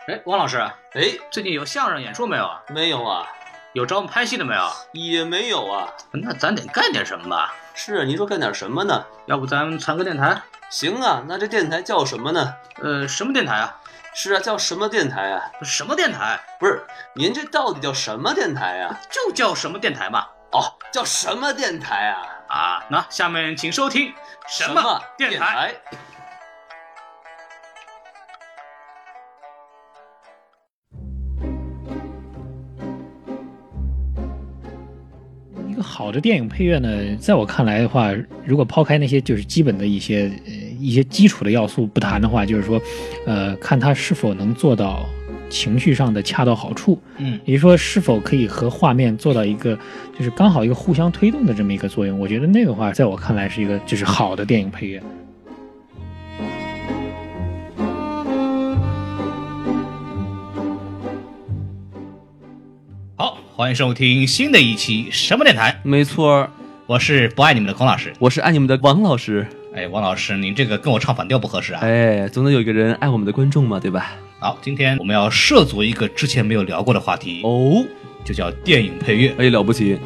哎，王老师， 哎， 最近有相声演出没有啊？ 没有啊， 有找我们拍戏的没有？ 也没有啊。 那咱得干点什么吧？ 是啊，您说干点什么呢？ 要不咱传个电台？ 行啊，那这电台叫什么呢？ 什么电台啊？ 是啊，叫什么电台啊？ 什么电台？ 不是，您这到底叫什么电台啊？ 就叫什么电台嘛。 哦，叫什么电台啊？ 啊，那下面请收听什么电台？ 一个好的电影配乐呢，在我看来的话，如果抛开那些就是基本的一些基础的要素不谈的话，就是说，看它是否能做到情绪上的恰到好处，也就是说是否可以和画面做到一个就是刚好一个互相推动的这么一个作用。我觉得那个话，在我看来是一个就是好的电影配乐。 好，欢迎收听新的一期什么电台？ 没错， 我是不爱你们的孔老师， 我是爱你们的王老师。 哎，王老师，您这个跟我唱反调不合适啊！ 哎，总得有一个人爱我们的观众嘛，对吧？ 好，今天我们要涉足一个之前没有聊过的话题哦， 就叫电影配乐。 哎，了不起！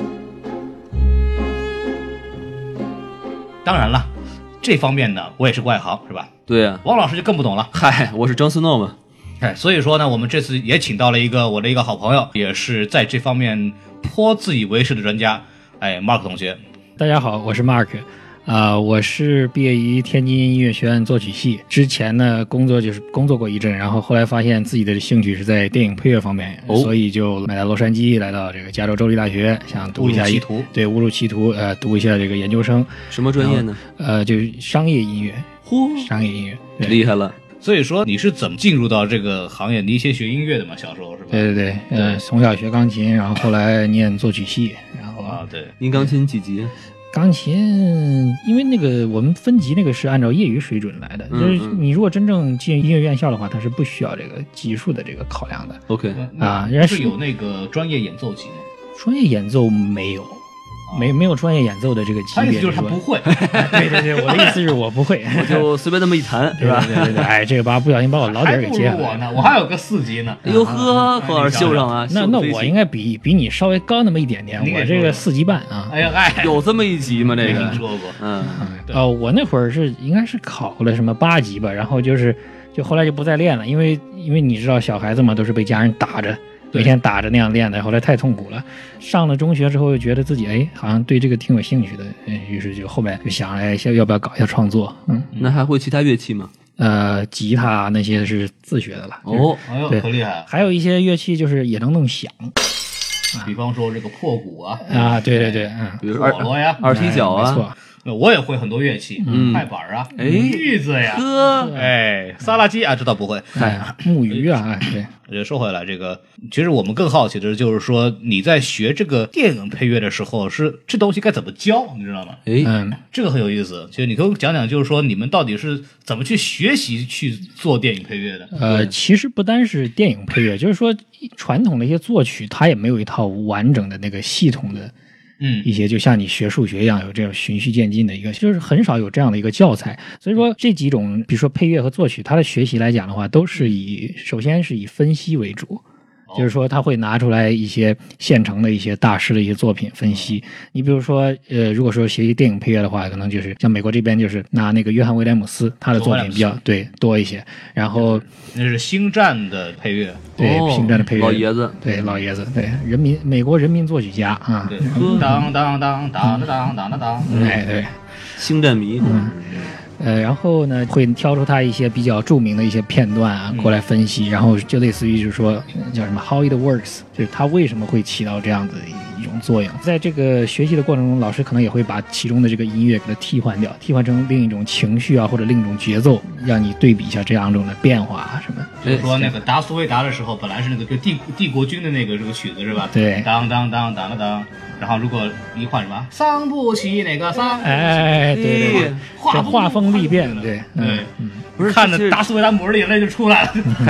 当然了，这方面呢，我也是外行，是吧？ 对啊， 王老师就更不懂了。 嗨，我是张思诺嘛。 哎，所以说呢，我们这次也请到了我的一个好朋友，也是在这方面颇自以为是的专家，哎，Mark 同学。 大家好，我是 Mark。我是毕业于天津音乐学院作曲系，之前呢工作过一阵，然后后来发现自己的兴趣是在电影配乐方面，所以就来到洛杉矶，来到这个加州州立大学，想读一下误入歧途，读一下这个研究生。 什么专业呢？ 就是商业音乐。商业音乐厉害了。 所以说你是怎么进入到这个行业？你先学音乐的嘛，小时候是吧？ 对，从小学钢琴，然后后来念作曲系，然后对。 您钢琴几级？ 钢琴，因为那个我们分级那个是按照业余水准来的，就是你如果真正进音乐院校的话，它是不需要这个级数的这个考量的。 OK 人家是有那个专业演奏级吗？ 专业演奏没有。没有专业演奏的这个级别， 他意思就是他不会。 对，我的意思是我不会， 我就随便那么一弹，是吧？ 对，哎，这个不小心把我老底给接了。 我呢，我还有个4级呢。 哎呦呵，孔老师秀上了。 那我应该比你稍微高那么一点点，我这个4级半啊。 哎呀， 有这么一级吗？这个听说过。 我那会儿应该是考了什么8级吧，然后就后来就不再练了，因为你知道小孩子嘛，都是被家人打着。每天打着那样练的，后来太痛苦了。上了中学之后，又觉得自己好像对这个挺有兴趣的，于是就后面就想要不要搞一下创作。 那还会其他乐器吗？ 吉他那些是自学的了。 哎呦，可厉害！ 还有一些乐器就是也能弄响， 比方说这个破鼓啊。 对， 比如火锣呀、 二踢脚啊。 没错。 我也会很多乐器，快板啊，玉子呀，萨拉基啊，这倒不会。 木鱼啊，对。 我觉得说回来，这个其实我们更好奇的就是说，你在学这个电影配乐的时候，是这东西该怎么教，你知道吗？这个很有意思。其实你给我讲讲，就是说你们到底是怎么去学习去做电影配乐的？ 其实不单是电影配乐，就是说传统的一些作曲，它也没有一套完整的那个系统的。一些就像你学数学一样，有这种循序渐进的一个，就是很少有这样的一个教材。所以说这几种，比如说配乐和作曲，它的学习来讲的话，都是首先是以分析为主。就是说他会拿出来一些现成的一些大师的一些作品分析。你比如说如果说学习电影配乐的话，可能就是像美国这边就是拿那个约翰威廉姆斯，他的作品比较多一些。然后那是星战的配乐。 对，星战的配乐。 老爷子。 对，老爷子。对，美国人民作曲家啊。 对，当当当当当当当。 哎，对， 星战迷。 然后呢，会挑出他一些比较著名的一些片段啊，过来分析，然后就类似于就是说叫什么 how it works， 就是它为什么会起到这样子一种作用。在这个学习的过程中，老师可能也会把其中的这个音乐给它替换掉，替换成另一种情绪啊，或者另一种节奏，让你对比一下这两种的变化啊什么。 就是说那个达斯维达的时候，本来是那个就帝国军的那个这个曲子是吧？ 对， 当当当当当。然后如果一换什么桑不起那个桑， 对，这画风立变，对， 不是看着达斯维达抹着眼泪就出来了。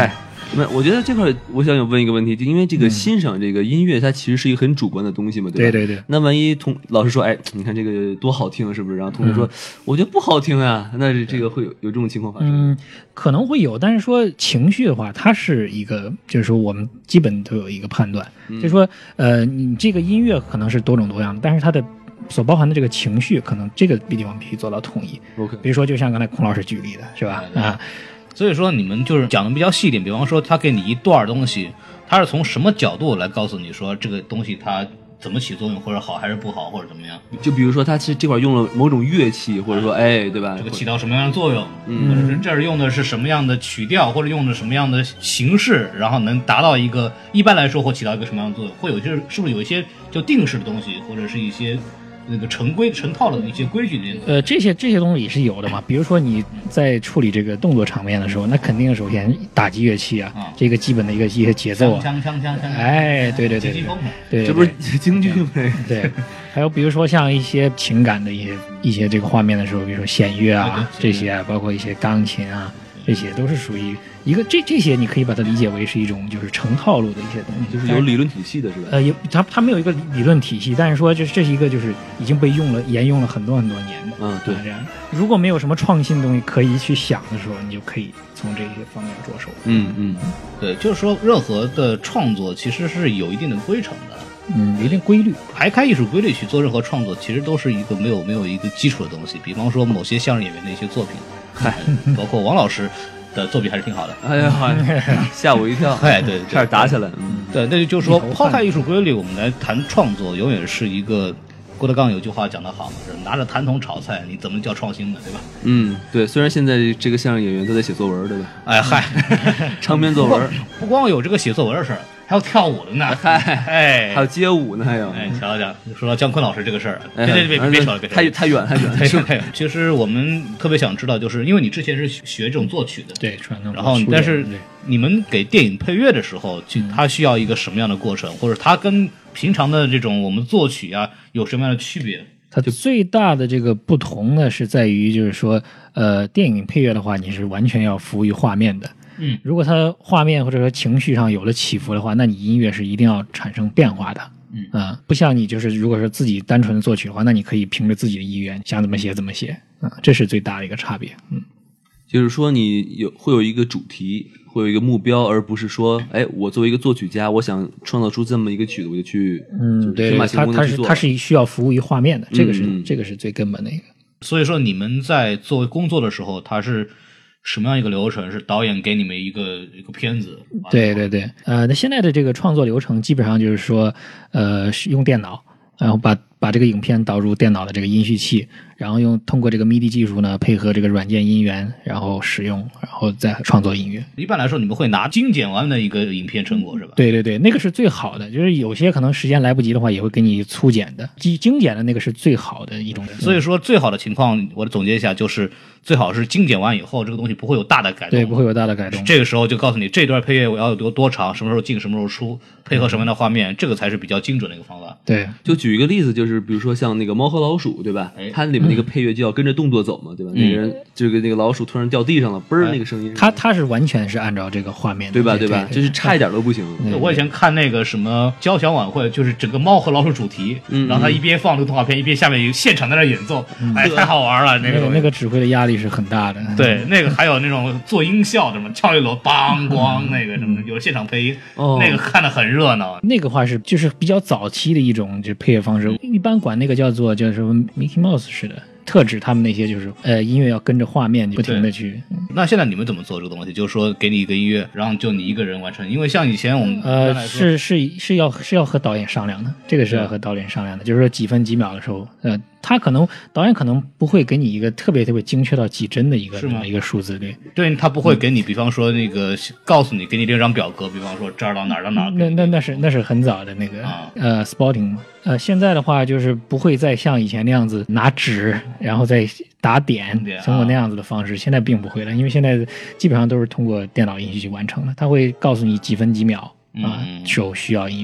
我觉得这块我想问一个问题，就因为这个欣赏这个音乐，它其实是一个很主观的东西嘛，对吧？ 对对对。 那万一老师说，哎，你看这个多好听，是不是？然后同学说，我觉得不好听啊，那这个会有这种情况发生？ 可能会有，但是说情绪的话，它是一个，就是说我们基本都有一个判断，就是说，你这个音乐可能是多种多样的，但是它的所包含的这个情绪，可能这个地方必须做到统一。 OK， 比如说就像刚才孔老师举例的是吧？啊， 所以说你们就是讲的比较细一点，比方说他给你一段东西，他是从什么角度来告诉你说这个东西它怎么起作用，或者好还是不好，或者怎么样？ 就比如说他这块用了某种乐器，或者说对吧？ 这个起到什么样的作用？或者是这儿用的是什么样的曲调，或者用的什么样的形式，然后能达到一个一般来说会起到一个什么样的作用？会有就是是不是有一些就定式的东西，或者是一些那个成套的一些规矩的？ 这些东西也是有的嘛。比如说你在处理这个动作场面的时候，那肯定首先打击乐器啊，这个基本的一些节奏啊， 锵， 哎，对，对， 这不是京剧吗？ 对，还有比如说像一些情感的一些这个画面的时候，比如说弦乐啊这些啊，包括一些钢琴啊，这些都是属于一个这些你可以把它理解为是一种就是成套路的一些东西， 就是有理论体系的是吧？ 它没有一个理论体系，但是说这是一个就是已经被沿用了很多很多年的。 对， 这样如果没有什么创新的东西可以去想的时候，你就可以从这些方面着手。 对，就是说任何的创作其实是有一定的规程的。 有一定规律， 排开艺术规律去做任何创作，其实都是一个没有一个基础的东西。比方说某些相声演员的一些作品，包括王老师的作品还是挺好的。 哎呀，吓我一跳！ 对， 差点打起来。 对，那就是说抛开艺术规律，我们来谈创作，永远是一个。郭德纲有句话讲得好嘛，是拿着坛桶炒菜，你怎么叫创新呢？对吧？ 对。虽然现在这个相声演员都在写作文，对吧？ 哎嗨， 长篇作文， 不光有这个写作文的事儿，还有跳舞的呢。 还有街舞呢，还有。 瞧瞧，说到姜昆老师这个事儿，别扯了， 太远。 其实我们特别想知道，就是因为你之前是学这种作曲的， 对，传统。 然后但是你们给电影配乐的时候，它需要一个什么样的过程，或者它跟平常的这种我们作曲啊有什么样的区别？ 它最大的这个不同呢，是在于就是说，电影配乐的话，你是完全要服务于画面的。如果它画面或者说情绪上有了起伏的话，那你音乐是一定要产生变化的。不像你就是如果说自己单纯的作曲的话，那你可以凭着自己的意愿想怎么写怎么写。这是最大的一个差别。 就是说你会有一个主题，会有一个目标，而不是说，我作为一个作曲家，我想创造出这么一个曲子，我就去， 对，它是需要服务于画面的，这个是最根本的一个。 所以说你们在做工作的时候，它是什么样一个流程？是导演给你们一个片子？ 对，那现在的这个创作流程基本上就是说，是用电脑，然后把这个影片导入电脑的这个音序器，然后通过这个 MIDI 技术呢，配合这个软件音源，然后使用，然后再创作音乐。 一般来说，你们会拿精简完的一个影片成果是吧？ 对，那个是最好的。就是有些可能时间来不及的话，也会给你粗剪的，精简的那个是最好的一种。 所以说，最好的情况，我总结一下，就是最好是精简完以后，这个东西不会有大的改动。 对，不会有大的改动。 这个时候就告诉你，这段配乐我要有多长，什么时候进，什么时候出，配合什么样的画面，这个才是比较精准的一个方法。 对， 就举一个例子，就是比如说像那个《猫和老鼠》，对吧？它里面那个配乐就要跟着动作走嘛，对吧？那个人那个老鼠突然掉地上了，嘣儿那个声音， 它是完全是按照这个画面的， 对吧？就是差一点都不行。 我以前看那个什么交响晚会，就是整个猫和老鼠主题，然后他一边放这个动画片，一边下面有现场在那演奏，太好玩了。 那个指挥的压力是很大的。 对，那个还有那种做音效，什么敲一锣梆咣，那个什么有现场配音，那个看得很热闹。 那个话是就是比较早期的一种就是配乐方式，一般管那个叫什么 Mickey Mouse 似的。特指他们那些就是音乐要跟着画面不停的去。 那现在你们怎么做这个东西？就是说给你一个音乐，然后就你一个人完成。因为像以前我们是要和导演商量的，这个是要和导演商量的。就是说几分几秒的时候，他可能导演可能不会给你一个特别精确到几帧的一个数字， 对，他不会给你，比方说那个告诉你，给你这张表格，比方说这儿到哪儿到哪儿。 那是很早的那个spotting 嘛。现在的话就是不会再像以前那样子拿纸然后再打点，通过那样子的方式，现在并不会了，因为现在基本上都是通过电脑音序去完成的，他会告诉你几分几秒就需要音乐。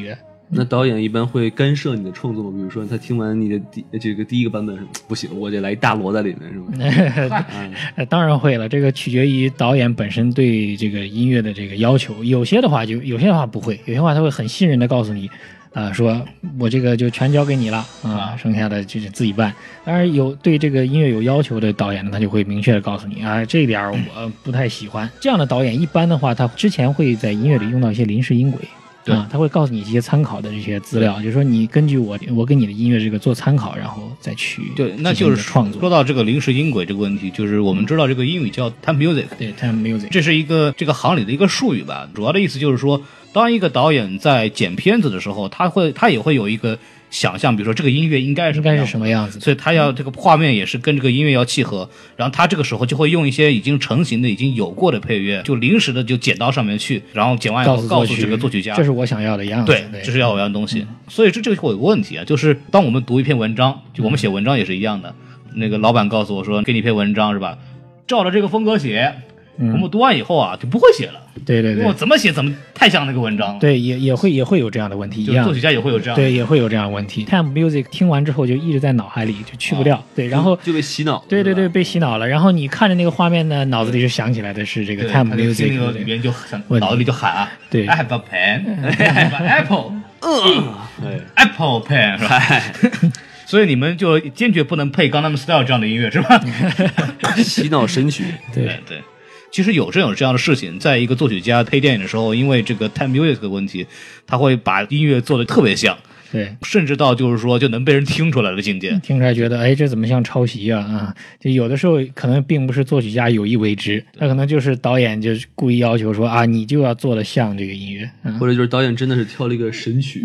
那导演一般会干涉你的创作吗？比如说他听完你的第一个版本不行，我得来一大锣在里面，是吧？ 当然会了，这个取决于导演本身对这个音乐的这个要求。有些的话不会，有些话他会很信任的告诉你。说我这个就全交给你了啊，剩下的就是自己办。当然有对这个音乐有要求的导演呢，他就会明确的告诉你啊，这一点我不太喜欢。这样的导演一般的话，他之前会在音乐里用到一些临时音轨。对他会告诉你一些参考的这些资料，就是说你根据我给你的音乐这个做参考，然后再去对，那就是创作。说到这个临时音轨这个问题，就是我们知道这个英语叫 time music， 对 time music， 这是一个这个行里的一个术语吧。主要的意思就是说，当一个导演在剪片子的时候，他也会有一个想象，比如说这个音乐应该是什么样子， 所以他要这个画面也是跟这个音乐要契合，然后他这个时候就会用一些已经成型的、已经有过的配乐，就临时的就剪到上面去，然后剪完以后告诉这个作曲家， 这是我想要的样子， 对，这是要我要的东西。所以这会有个问题啊，就是当我们读一篇文章，就我们写文章也是一样的，那个老板告诉我说，给你一篇文章是吧，照着这个风格写。我们读完以后啊，就不会写了。 对， 因为我怎么写怎么太像那个文章了。 对，也会有这样的问题，一样， 作曲家也会有这样。 对，也会有这样的问题。Time music 听完之后就一直在脑海里，就去不掉。对，然后就被洗脑。 对，被洗脑了。然后你看着那个画面呢，脑子里就想起来的是这个 Time music， 那个里面就脑子里就喊啊， 对 ，I have a pen， I have an apple，Apple pen 是吧？所以你们就坚决不能配 Gangnam Style 这样的音乐是吧？ 洗脑神曲。 对。 其实有这样的事情，在一个作曲家配电影的时候，因为这个 time music 的问题，他会把音乐做得特别像， 对， 甚至到就是说就能被人听出来的境界。 听出来觉得，哎，这怎么像抄袭啊？就有的时候可能并不是作曲家有意为之，他可能就是导演就故意要求说啊，你就要做得像这个音乐， 或者就是导演真的是挑了一个神曲，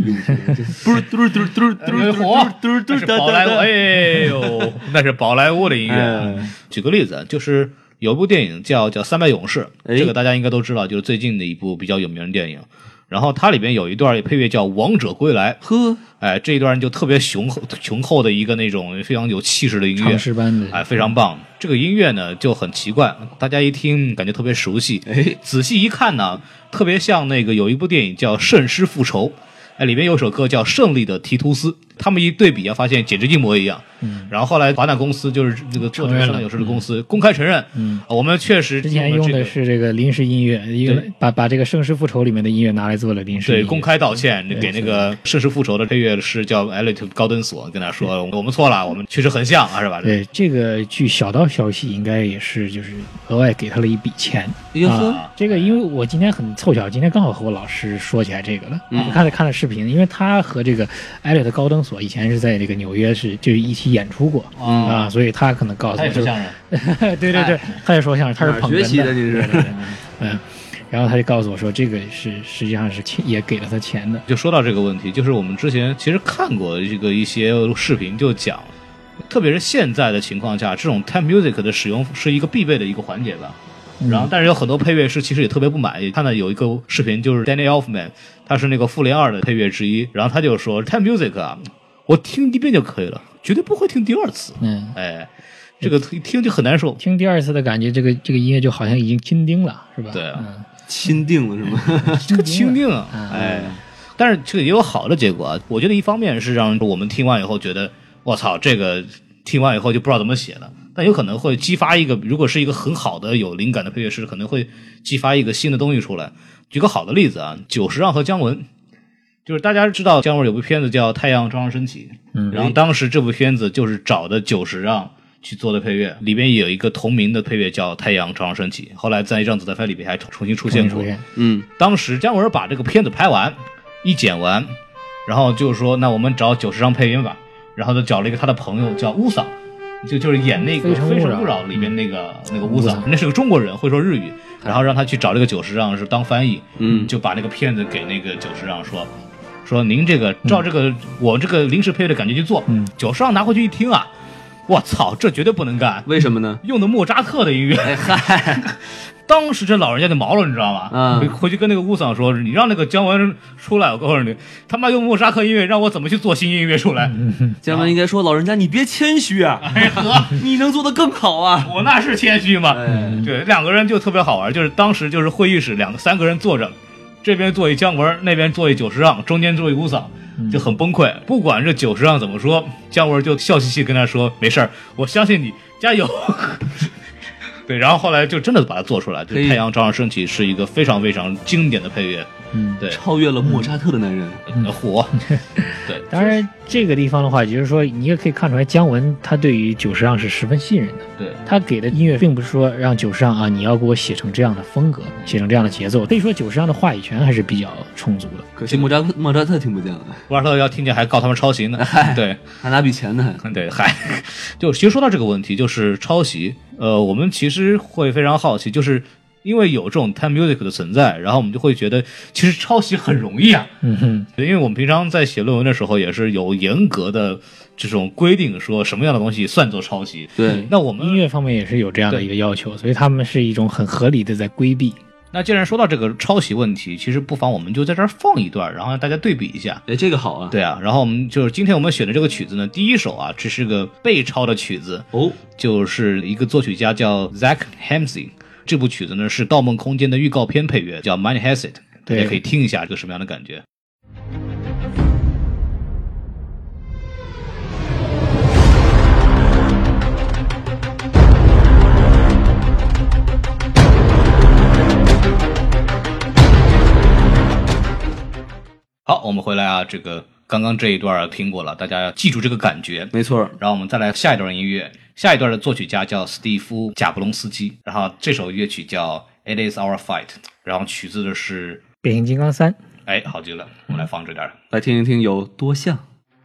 那是宝莱坞，哎呦，那是宝莱坞的音乐。举个例子，就是有一部电影叫《300勇士》，这个大家应该都知道，就是最近的一部比较有名的电影。然后它里边有一段配乐叫《王者归来》，这一段就特别雄厚的一个那种非常有气势的音乐， 唱诗般的， 非常棒。这个音乐呢就很奇怪，大家一听感觉特别熟悉，仔细一看呢，特别像那个有一部电影叫《圣师复仇》，里面有首歌叫《胜利的提图斯》，他们一对比啊，发现简直一模一样。然后后来华纳公司就是这个做这个《圣勇士》的公司公开承认，我们确实之前用的是这个临时音乐，一个把这个《圣师复仇》里面的音乐拿来做了临时音乐， 对，公开道歉，给那个《圣师复仇》的配乐师叫艾利特·高登索，跟他说我们错了，我们确实很像啊，是吧？ 对，这个据小道消息，应该也是就是额外给他了一笔钱。这个因为我今天很凑巧，今天刚好和我老师说起来这个了，看了视频，因为他和这个艾利特·高登索以前是在这个纽约就是一起演出过所以他可能告诉我， 他也说相声， 对，他也说相声，他是捧哏的， 学习的你是， 然后他就告诉我说，这个是实际上是也给了他钱的。 就说到这个问题，就是我们之前其实看过这个一些视频，就讲，特别是现在的情况下，这种 time music 的使用是一个必备的一个环节吧。然后，但是有很多配乐师其实也特别不满意。看到有一个视频，就是 Danny Elfman， 他是那个复联2的配乐之一，然后他就说 time music 啊，我听一遍就可以了，绝对不会听第二次。这个一听就很难受， 听第二次的感觉，这个音乐就好像已经钦定了，是吧？ 对啊， 钦定了是吗？ 这个钦定啊，但是这个也有好的结果啊。我觉得一方面是让我们听完以后觉得，我操，这个听完以后就不知道怎么写了。但有可能会激发一个，如果是一个很好的有灵感的配乐师，可能会激发一个新的东西出来。举个好的例子啊，久石让和姜文，就是大家知道姜文有部片子叫《太阳照常升起》，然后当时这部片子就是找的久石让去做的配乐，里边也有一个同名的配乐叫《太阳照常升起》，后来在《让子弹飞》里边还重新出现过。当时姜文把这个片子拍完，一剪完，然后就说那我们找久石让配音吧，然后就找了一个他的朋友叫乌桑。就是演那个《非诚勿扰》里边那个乌桑，那是个中国人，会说日语，然后让他去找这个久石让是当翻译，就把那个片子给那个久石让说您这个照这个我这个临时配乐的感觉去做，久石让拿回去一听啊，我操，这绝对不能干， 为什么呢？ 用的莫扎特的音乐，当时这老人家就毛了，你知道吗？回去跟那个乌桑说，你让那个姜文出来，我告诉你，他妈用莫扎特音乐，让我怎么去做新音乐出来？ 姜文应该说，老人家你别谦虚啊，你能做得更好啊！ 我那是谦虚吗？对，两个人就特别好玩，就是当时就是会议室3个人坐着， 这边做一姜文，那边做一久石让，中间做一吴桑，就很崩溃。不管这久石让怎么说，姜文就笑嘻嘻跟他说：“没事儿，我相信你，加油。”对，然后后来就真的把它做出来，就《太阳照常升起》是一个非常非常经典的配乐。对， 超越了莫扎特的男人， 火。对， 当然这个地方的话，就是说你也可以看出来，姜文他对于久石让是十分信任的。 对， 他给的音乐并不是说让久石让啊，你要给我写成这样的风格，写成这样的节奏。可以说久石让的话语权还是比较充足的。 可惜莫扎特听不见了， 莫扎特要听见还告他们抄袭呢。对， 还拿笔钱呢。 对，就其实说到这个问题，就是抄袭。我们其实会非常好奇，就是因为有这种 time music 的存在，然后我们就会觉得其实抄袭很容易啊。因为我们平常在写论文的时候也是有严格的这种规定，说什么样的东西算作抄袭。 对， 那我们音乐方面也是有这样的一个要求，所以他们是一种很合理的在规避。 那既然说到这个抄袭问题，其实不妨我们就在这儿放一段，然后让大家对比一下。 这个好啊。 对啊，然后我们就是今天我们选的这个曲子呢，第一首啊，这是个被抄的曲子就是一个作曲家叫 Zach Hamsey， 这部曲子呢是《盗梦空间》的预告片配乐，叫 Mind Has It， 大家可以听一下这个什么样的感觉。好，我们回来啊，这个刚刚这一段听过了，大家要记住这个感觉。 没错。 然后我们再来下一段音乐，下一段的作曲家叫史蒂夫·贾布隆斯基，然后这首乐曲叫 It Is Our Fight， 然后取自的是变形金刚3。 好极了，我们来放这点， 来听一听有多像。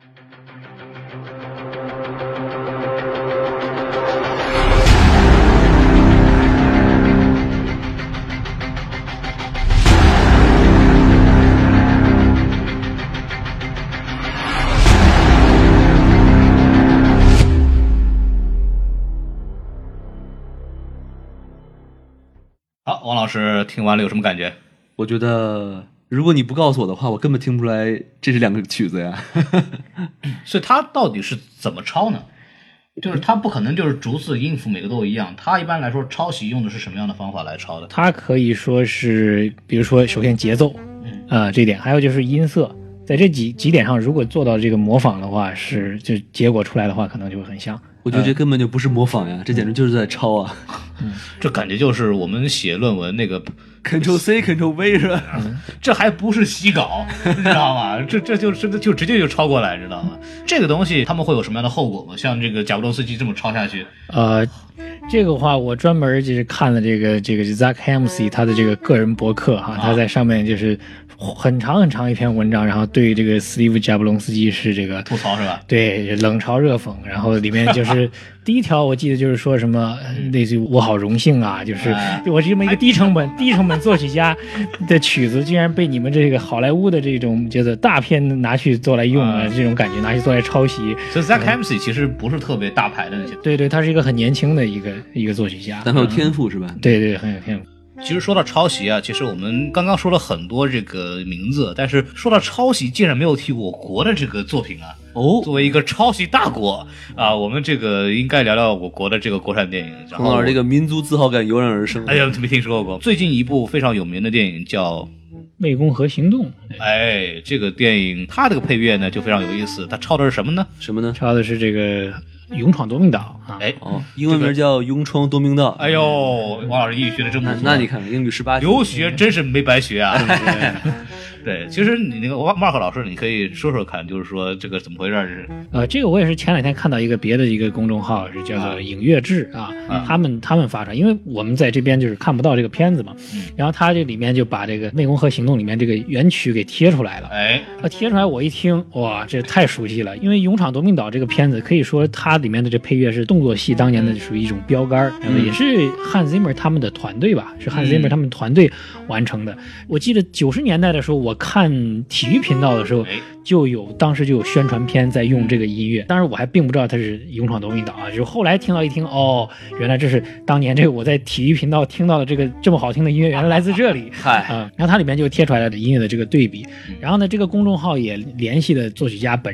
好，王老师听完了有什么感觉？ 我觉得如果你不告诉我的话，我根本听不出来这是两个曲子呀。 所以他到底是怎么抄呢？就是他不可能就是逐字音符每个都一样，他一般来说抄袭用的是什么样的方法来抄的？ 他可以说是，比如说首先节奏，这一点，还有就是音色，在这几点上，如果做到这个模仿的话，就结果出来的话，可能就会很像。 我觉得这根本就不是模仿呀，这简直就是在抄啊！ 这感觉就是我们写论文那个 Ctrl C Ctrl V 是吧？ 这还不是洗稿，你知道吗？这就直接就抄过来，知道吗？这个东西他们会有什么样的后果吗？像这个贾布隆斯基这么抄下去， 这个话我专门就是看了这个 Zach Hamsey 他的这个个人博客哈，他在上面就是很长一篇文章，然后对这个斯蒂夫·贾布隆斯基是这个吐槽是吧？ 对，冷嘲热讽，然后里面就是第一条我记得就是说什么类似于我好荣幸啊，就是我这么一个低成本作曲家的曲子，竟然被你们这个好莱坞的这种觉得大片拿去做来用啊，这种感觉拿去做来抄袭。 所以 Zach Hamsey 其实不是特别大牌的那些， 对，他是一个很年轻的一个作曲家， 但很有天赋是吧？ 对，很有天赋。 其实说到抄袭啊，其实我们刚刚说了很多这个名字，但是说到抄袭，竟然没有提我国的这个作品啊。作为一个抄袭大国啊，我们这个应该聊聊我国的这个国产电影。 洪老师这个民族自豪感油然而生。 哎呀，没听说过。最近一部非常有名的电影叫《 湄公河行动》。 这个电影它这个配乐呢就非常有意思，它抄的是什么呢？ 抄的是这个勇闯夺命岛啊！ 英文名叫勇闯夺命岛。 哎呦，王老师英语学的真不错。 那你看英语18级， 留学真是没白学啊！对，其实你那个Mark老师，你可以说说看，就是说这个怎么回事？ 这个我也是前两天看到一个别的一个公众号，是叫做影乐志啊，他们发出来，因为我们在这边就是看不到这个片子嘛，然后他这里面就把这个《湄公河行动》里面这个原曲给贴出来了。贴出来我一听，哇，这太熟悉了，因为《勇闯夺命岛》这个片子可以说它里面的这配乐是动作戏当年的属于一种标杆，也是汉斯 Zimmer 他们的团队吧，是汉斯 Zimmer 他们团队完成的。我记得90年代的时候，我看体育频道的时候，当时就有宣传片在用这个音乐，当然我还并不知道它是勇闯夺命岛啊，就是后来听，原来这是当年这个我在体育频道听到的这个这么好听的音乐，原来来自这里。然后它里面就贴出来的音乐的这个对比，然后呢，这个公众号也联系了作曲家本人。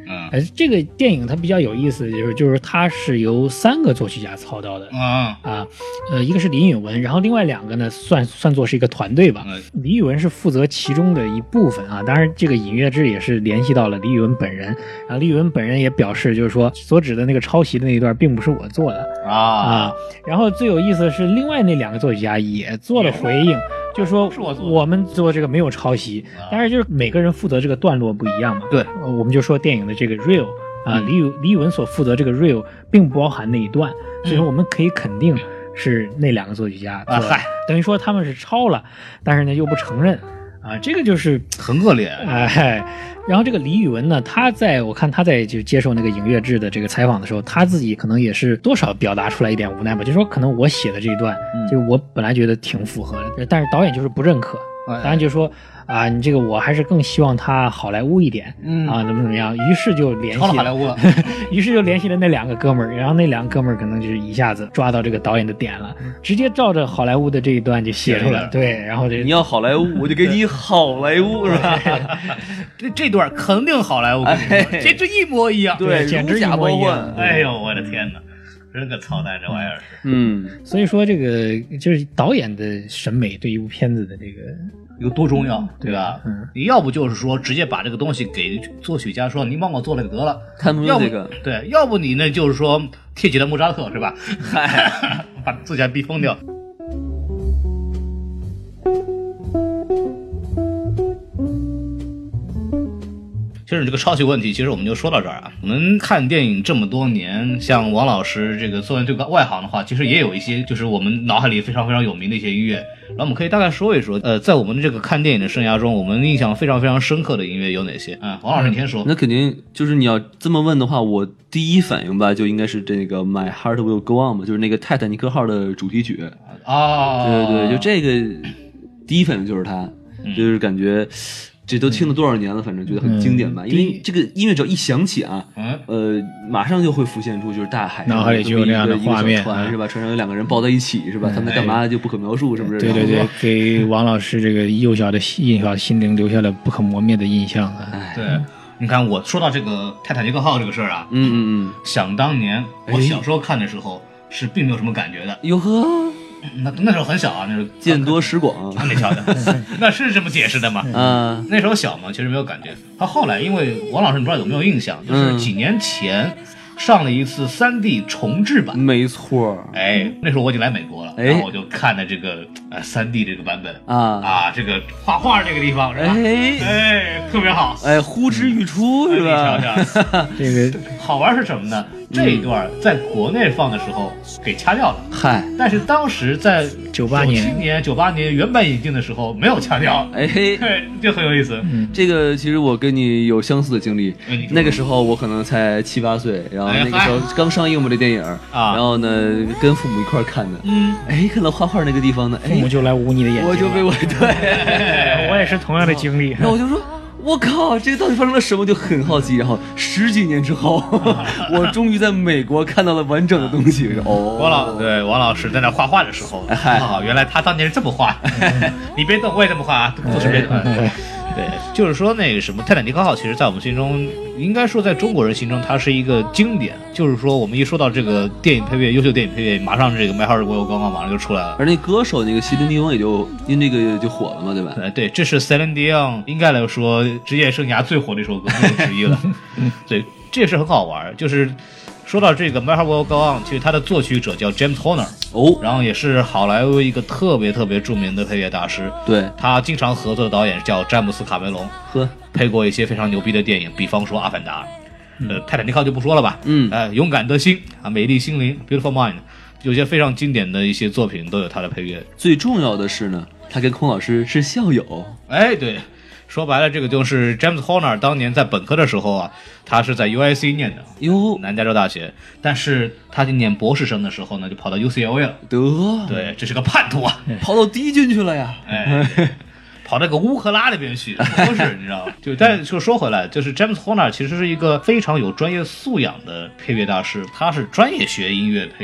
这个电影它比较有意思，就是它是由3个作曲家操刀的一个是李允文，然后另外2个呢算作是一个团队吧。李允文是负责其中的一部分啊，当然这个尹月志也是联系到了李允文本人，然后李允文本人也表示，就是说所指的那个抄袭的那一段并不是我做的然后最有意思的是，另外那2个作曲家也做了回应。就是说我们做这个没有抄袭，但是就是每个人负责这个段落不一样嘛。 对， 我们就说电影的这个 real 李允文所负责这个 real 并不包含那一段，所以说我们可以肯定是那2个作曲家等于说他们是抄了，但是呢又不承认这个就是很恶劣。 然后这个李宇文呢，我看他在就接受那个尹月志的这个采访的时候，他自己可能也是多少表达出来一点无奈吧，就是说可能我写的这一段，就我本来觉得挺符合的，但是导演就是不认可，当然就说你这个我还是更希望他好莱坞一点怎么样，于是就联系超了好莱坞了于是就联系了那2个哥们儿，然后那2个哥们儿可能就是一下子抓到这个导演的点了，直接照着好莱坞的这一段就写出来。对，然后你要好莱坞，我就给你好莱坞是吧？ 这段肯定好莱坞，简直一模一样， 对， 简直一模一样。 哎呦，我的天哪！真个操蛋，这玩意儿是。 所以说这个就是导演的审美对一部片子的这个有多重要，对吧？你要不就是说直接把这个东西给作曲家说，你帮我做了就得了， 要不这个对，要不你呢就是说贴起了莫扎特是吧？把作曲家逼疯掉。其实这个抄袭问题，其实我们就说到这儿啊。我们看电影这么多年，像王老师这个作为这个外行的话，其实也有一些就是我们脑海里非常非常有名的一些音乐。然后我们可以大概说一说，在我们这个看电影的生涯中，我们印象非常非常深刻的音乐有哪些？王老师你先说。 那肯定就是你要这么问的话，我第一反应吧，就应该是这个 My Heart Will Go On 嘛，就是那个泰坦尼克号的主题曲对，就这个第一反应就是它，就是感觉。这都听了多少年了，反正觉得很经典吧。因为这个音乐只要一响起马上就会浮现出就是大海， 脑海里就有那样的画面， 是吧？船上有2个人抱在一起，是吧？他们在干嘛就不可描述，是不是？ 对，给王老师这个幼小的心灵留下了不可磨灭的印象对，你看我说到这个泰坦尼克号这个事儿啊，想当年我小时候看的时候是并没有什么感觉的。 哟呵。 那时候很小啊，那时候见多识广， 你瞧瞧，那是这么解释的吗？那时候小嘛，其实没有感觉。他后来，因为王老师，你不知道有没有印象，就是几年前上了一次3D 重制版。 没错， 那时候我已经来美国了，然后我就看的这个3D 这个版本这个画画这个地方是吧？特别好， 呼之欲出是吧？ 你瞧瞧，这个好玩是什么呢？这一段在国内放的时候给掐掉了，但是当时在98年原版引进的时候没有掐掉，就很有意思。 这个其实我跟你有相似的经历，那个时候我可能才7、8岁，然后那个时候刚上映嘛这电影然后呢跟父母一块看的，看到画画那个地方呢， 父母就来捂你的眼睛， 我就被对， 我也是同样的经历， 那我就说。我靠，这个到底发生了什么？就很好奇。然后10几年之后，我终于在美国看到了完整的东西。 王老师在那画画的时候，原来他当年是这么画。你别动，我也这么画啊，做事别动。对，就是说那个什么泰坦尼克号，其实在我们心中，应该说在中国人心中，它是一个经典。就是说，我们一说到这个电影配乐，优秀电影配乐，马上这个《My Heart Will Go On》马上就出来了。 而那歌手那个席琳迪翁也就因这个就火了嘛，对吧？ 对，这是席琳迪翁应该来说职业生涯最火的一首歌之一了。对，这也是很好玩，就是。说到这个《My Heart Will Go On》，其实它的作曲者叫 James Horner，然后也是好莱坞一个特别特别著名的配乐大师。 对， 他经常合作的导演叫詹姆斯·卡梅隆，配过一些非常牛逼的电影，比方说《阿凡达》，泰坦尼克号就不说了吧，勇敢的心啊，美丽心灵 ，Beautiful Mind， 有些非常经典的一些作品都有他的配乐。 最重要的是呢，他跟孔老师是校友。 对。说白了，这个就是 James Horner 当年在本科的时候啊，他是在 UIC 念的，南加州大学。但是他念博士生的时候呢，就跑到 UCLA 了。对，这是个叛徒啊， 跑到敌军去了呀。 跑那个乌克拉那边去，都是你知道吗？但就说回来，就是 James Horner 其实是一个非常有专业素养的配乐大师，他是专业学音乐配乐的。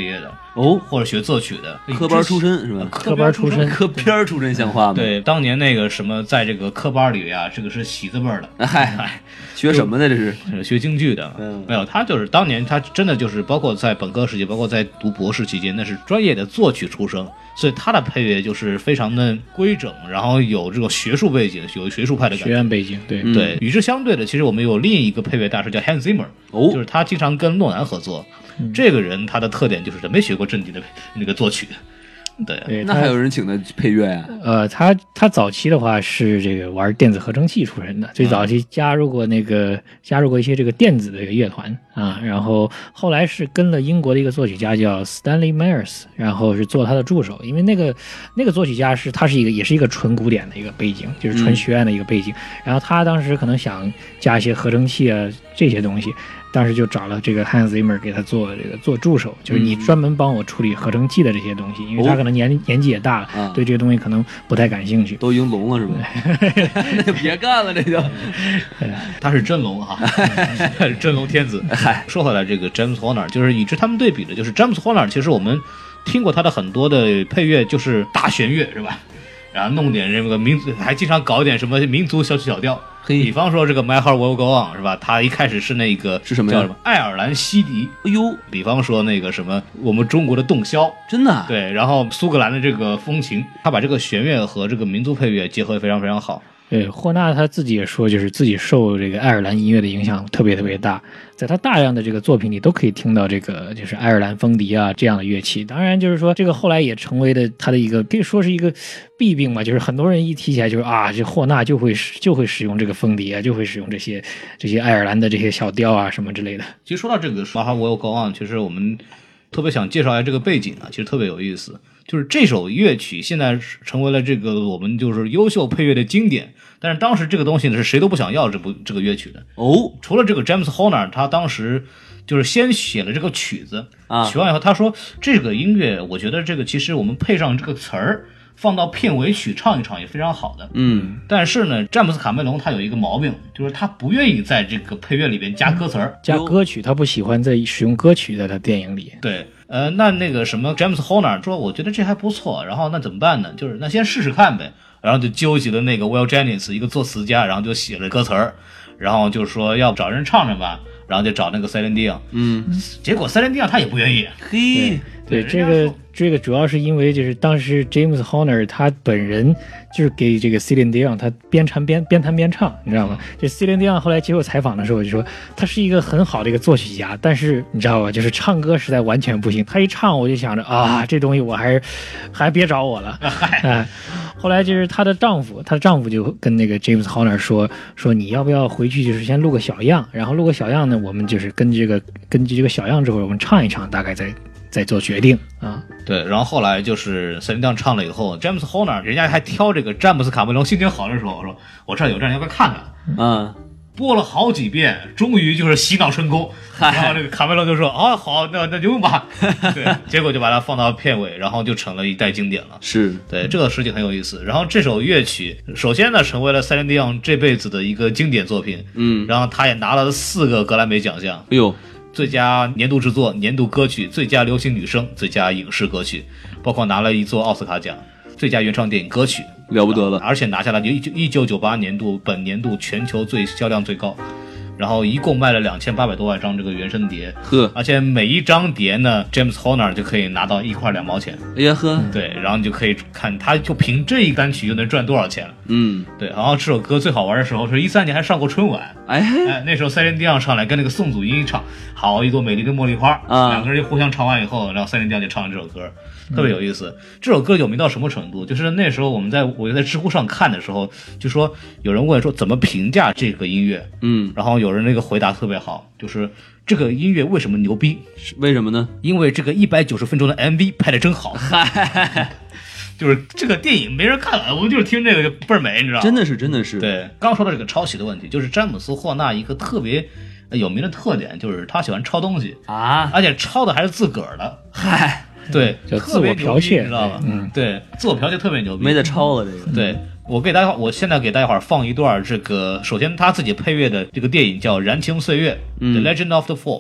或者学作曲的， 科班出身是吧？ 科班出身， 科片出身像话吗？ 对，当年那个什么，在这个科班里啊，这个是喜字辈的。 嗨，学什么的这是？ 学京剧的。没有，他就是当年他真的就是包括在本科时期，包括在读博士期间，那是专业的作曲出身，所以他的配乐就是非常的规整，然后有这种学术背景，有学术派的感觉。 学院背景，对对。与之相对的，其实我们有另一个配乐大师叫 Hans Zimmer，就是他经常跟诺兰合作。这个人他的特点就是他没学过正经的那个作曲。对， 那还有人请他配乐呀？ 他早期的话是这个玩电子合成器出身的，最早期加入过一些这个电子的一个乐团啊，然后后来是跟了英国的一个作曲家叫 Stanley Myers， 然后是做他的助手，因为那个作曲家也是一个纯古典的一个背景，就是纯学院的一个背景，然后他当时可能想加一些合成器啊这些东西。当时就找了这个 Hans Zimmer 给他做助手，就是你专门帮我处理合成器的这些东西，因为他可能年纪也大了，对这个东西可能不太感兴趣。 都已经聋了是吧？那就别干了，这就。 他是真聋哈，真聋天子。说回来，这个 James Horner 就是与之他们对比的，就是 James Horner， 其实我们听过他的很多的配乐，就是大弦乐是吧？然后弄点这个民族，还经常搞点什么民族小曲小调。比方说这个 My Heart Will Go On 是吧？他一开始是那个是什么呀？ 叫什么爱尔兰西笛。 哎呦， 比方说那个什么我们中国的洞箫， 真的对。然后苏格兰的这个风琴，他把这个弦乐和这个民族配乐结合得非常非常好。 对，霍纳他自己也说，就是自己受这个爱尔兰音乐的影响特别特别大，在他大量的这个作品里都可以听到这个就是爱尔兰风笛啊这样的乐器。当然就是说这个后来也成为了他的一个可以说是一个弊病嘛，就是很多人一提起来就是这霍纳就会使用这个风笛啊，就会使用这些爱尔兰的这些小调啊什么之类的。 其实说到这个 My Heart Will Go On， 其实我们特别想介绍一下这个背景啊，其实特别有意思。就是这首乐曲现在成为了这个我们就是优秀配乐的经典，但是当时这个东西呢是谁都不想要这个乐曲的除了这个 James Horner， 他当时就是先写了这个曲子写完以后他说这个音乐我觉得这个其实我们配上这个词儿放到片尾曲唱一唱也非常好的但是呢詹姆斯卡梅隆他有一个毛病，就是他不愿意在这个配乐里边加歌词儿加歌曲，他不喜欢在使用歌曲在他电影里。 对那个什么 James Horner 说我觉得这还不错，然后那怎么办呢，就是那先试试看呗，然后就纠集了那个 Will Jennings 一个作词家，然后就写了歌词儿，然后就说要找人唱唱吧，然后就找那个 Celine Dion 结果 Celine Dion 他也不愿意。 对这个主要是因为就是当时 James Horner 他本人就是给这个 Celine Dion 他边弹边唱，你知道吗？这 Celine Dion 后来接受采访的时候就说他是一个很好的一个作曲家，但是你知道吧，就是唱歌实在完全不行。他一唱我就想着这东西我还别找我了。后来就是她的丈夫就跟那个 James Horner 说你要不要回去就是先录个小样，然后录个小样呢，我们就是根据这个小样之后我们唱一唱，大概再做决定对，然后后来就是Celine Dion唱了以后 James Horner 人家还挑这个詹姆斯卡梅隆心情好的时候说我这有这样要不要看看播了好几遍，终于就是洗脑成功。然后这个卡梅隆就说好，那就用吧。对，结果就把它放到片尾，然后就成了一代经典了。 是对这个事情很有意思。然后这首乐曲首先呢成为了Celine Dion这辈子的一个经典作品然后他也拿了4个格莱美奖项。 哎呦， 最佳年度制作、年度歌曲、最佳流行女声、最佳影视歌曲，包括拿了一座奥斯卡奖，最佳原创电影歌曲， 了不得了。 而且拿下了1998年度本年度全球销量最高，然后一共卖了2800多万张这个原声碟，而且每一张碟呢 James Horner 就可以拿到1块2毛钱。 哎呀呵， 对，然后你就可以看他就凭这一单曲就能赚多少钱了。对，然后这首歌最好玩的时候是13年还上过春晚。那时候Celine Dion上来跟那个宋祖英唱好一朵美丽的茉莉花两个人就互相唱完以后，然后Celine Dion就唱了这首歌，特别有意思。这首歌有名到什么程度，就是那时候我在知乎上看的时候就说有人问说怎么评价这个音乐然后有人那个回答特别好，就是这个音乐为什么牛逼？ 为什么呢？ 因为这个190分钟的 MV 拍得真好。就是这个电影没人看了，我们就是听这个就倍儿美，你知道吗？ 真的是。 对，刚说到这个抄袭的问题，就是詹姆斯霍纳一个特别有名的特点就是他喜欢抄东西而且抄的还是自个儿的。对， 就自我剽窃， 你知道吗？对，自我剽窃特别牛逼， 没得抄了这个。 对，我现在给大家伙放一段这个，首先他自己配乐的这个电影叫《燃情岁月》The Legend of the Fall，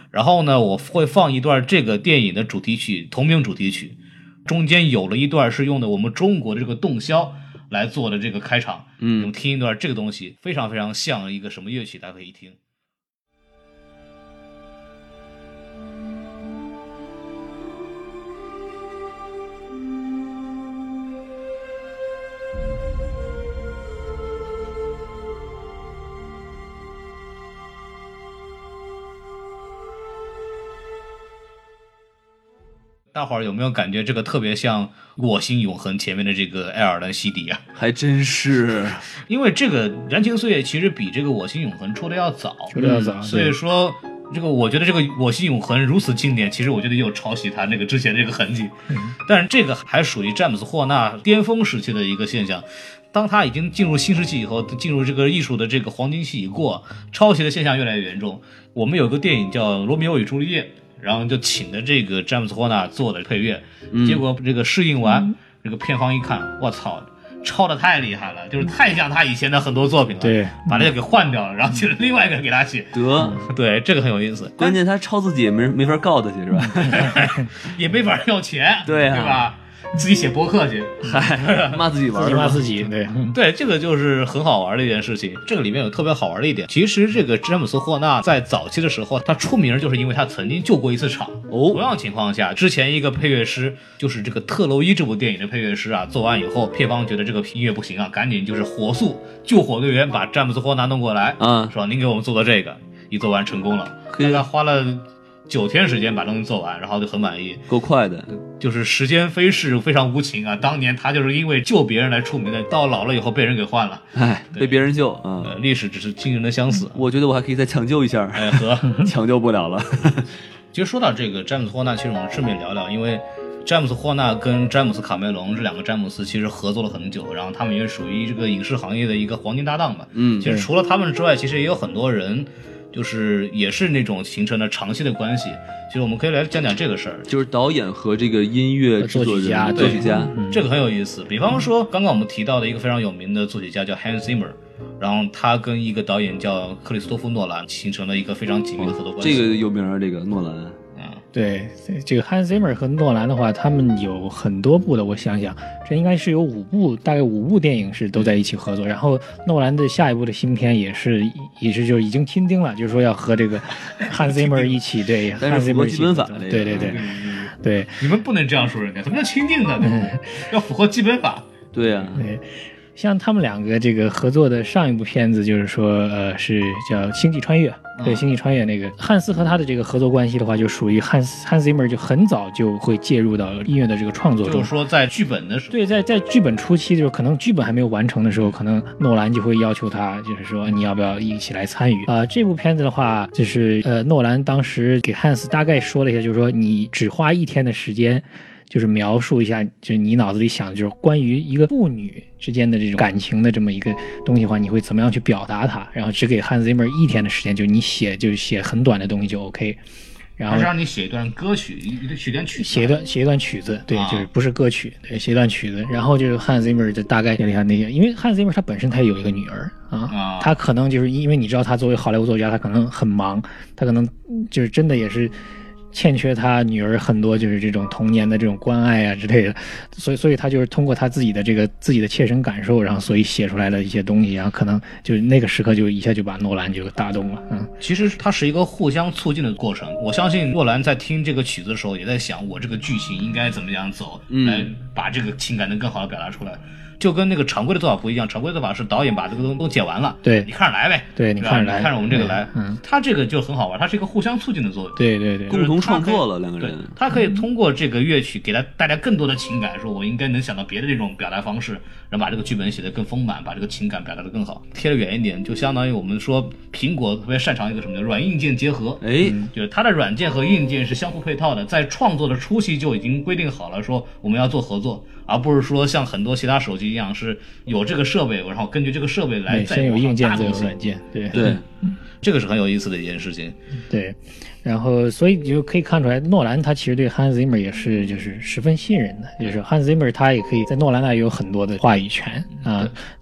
然后呢，我会放一段这个电影的主题曲，同名主题曲，中间有了一段是用的我们中国的这个洞箫来做的这个开场。我们听一段这个东西，非常非常像一个什么乐曲，大家可以听。大伙儿有没有感觉这个特别像《我心永恒》前面的这个爱尔兰洗涤啊？ 还真是， 因为这个《燃情岁月》其实比这个《我心永恒》出的要早，所以说这个我觉得这个《我心永恒》如此经典，其实我觉得也有抄袭他那个之前这个痕迹。但是这个还属于詹姆斯霍纳巅峰时期的一个现象。当他已经进入新世纪以后，进入这个艺术的这个黄金期已过，抄袭的现象越来越严重。我们有个电影叫《罗密欧与朱丽叶》，然后就请的这个詹姆斯霍纳做的配乐，结果这个试映完，这个片方一看，我操，抄的太厉害了，就是太像他以前的很多作品了， 对， 把这个给换掉了，然后请了另外一个人给他写，对，这个很有意思。 关键他抄自己也没法告他去，是吧？ 也没法要钱， 对吧？自己写博客去， 骂自己玩， 骂自己， 对，这个就是很好玩的一件事情。这个里面有特别好玩的一点，其实这个詹姆斯霍纳在早期的时候，他出名就是因为他曾经救过一次场。同样情况下，之前一个配乐师，就是这个特洛伊这部电影的配乐师啊，做完以后，片方觉得这个音乐不行啊，赶紧就是火速救火队员把詹姆斯霍纳弄过来，说您给我们做的这个，一做完成功了，大概花了9天时间把东西做完，然后就很满意， 够快的。 就是时间飞逝，非常无情啊！当年他就是因为救别人来出名的，到老了以后被人给换了， 被别人救啊！ 历史只是惊人的相似。 我觉得我还可以再抢救一下，抢救不了了。 其实说到这个詹姆斯霍纳，其实我们顺便聊聊，因为詹姆斯霍纳跟詹姆斯卡梅隆这两个詹姆斯其实合作了很久，然后他们也属于这个影视行业的一个黄金搭档吧。其实除了他们之外，其实也有很多人。就是也是那种形成了长期的关系，其实我们可以来讲讲这个事儿， 就是导演和这个音乐制作人、作曲家， 这个很有意思。比方说，刚刚我们提到的一个非常有名的作曲家叫 Hans Zimmer， 然后他跟一个导演叫克里斯托弗·诺兰形成了一个非常紧密的合作关系。 这个有名啊，这个诺兰。 对，这个 Hans Zimmer 和诺兰的话，他们有很多部的，我想想，这应该是有大概5部电影是都在一起合作。然后诺兰的下一部的新片也是就已经钦定了，就是说要和这个 Hans Zimmer 一起，对， 但是符合基本法， 对， 你们不能这样说人家，什么叫钦定的？要符合基本法。 对呀， 对。像他们两个这个合作的上一部片子，就是说，是叫《星际穿越》。对，《星际穿越》那个汉斯和他的这个合作关系的话，就属于Hans Zimmer就很早就会介入到音乐的这个创作中。 就是说，在剧本的时候， 对，在剧本初期，就是可能剧本还没有完成的时候，可能诺兰就会要求他，就是说你要不要一起来参与这部片子的话，就是诺兰当时给汉斯大概说了一下，就是说你只花1天的时间。就是描述一下，就是你脑子里想的就是关于一个父女之间的这种感情的这么一个东西的话，你会怎么样去表达它？然后只给Hans Zimmer 1天的时间，就你写很短的东西就 OK。然后让你写一段歌曲，写段曲子， 写一段曲子，对，就是不是歌曲，对，写一段曲子。然后就是Hans Zimmer就大概写了一下那些，因为Hans Zimmer他本身他也有一个女儿他可能就是因为你知道他作为好莱坞作家，他可能很忙，他可能就是真的也是。欠缺他女儿很多就是这种童年的这种关爱啊之类的，所以他就是通过他自己的切身感受，然后所以写出来的一些东西，然后可能就是那个时刻就一下就把诺兰就打动了。 其实它是一个互相促进的过程。我相信诺兰在听这个曲子的时候，也在想我这个剧情应该怎么样走，来把这个情感能更好的表达出来。就跟那个常规的做法不一样，常规的做法是导演把这个东西都剪完了， 对， 你看着来呗， 对，你看着来， 你看着我们这个来，他这个就很好玩，它是一个互相促进的作用， 对， 共同创作了两个人， 他可以通过这个乐曲给他带来更多的情感，说我应该能想到别的这种表达方式，然后把这个剧本写得更丰满，把这个情感表达得更好。贴得远一点，就相当于我们说苹果特别擅长一个什么叫软硬件结合，就是它的软件和硬件是相互配套的，在创作的初期就已经规定好了，说我们要做合作。而不是说像很多其他手机一样是有这个设备，然后根据这个设备来再先有硬件再有软件， 对，这个是很有意思的一件事情。 对，然后所以你就可以看出来，诺兰他其实对 Hans Zimmer 也是就是十分信任的，就是 Hans Zimmer 他也可以在诺兰那有很多的话语权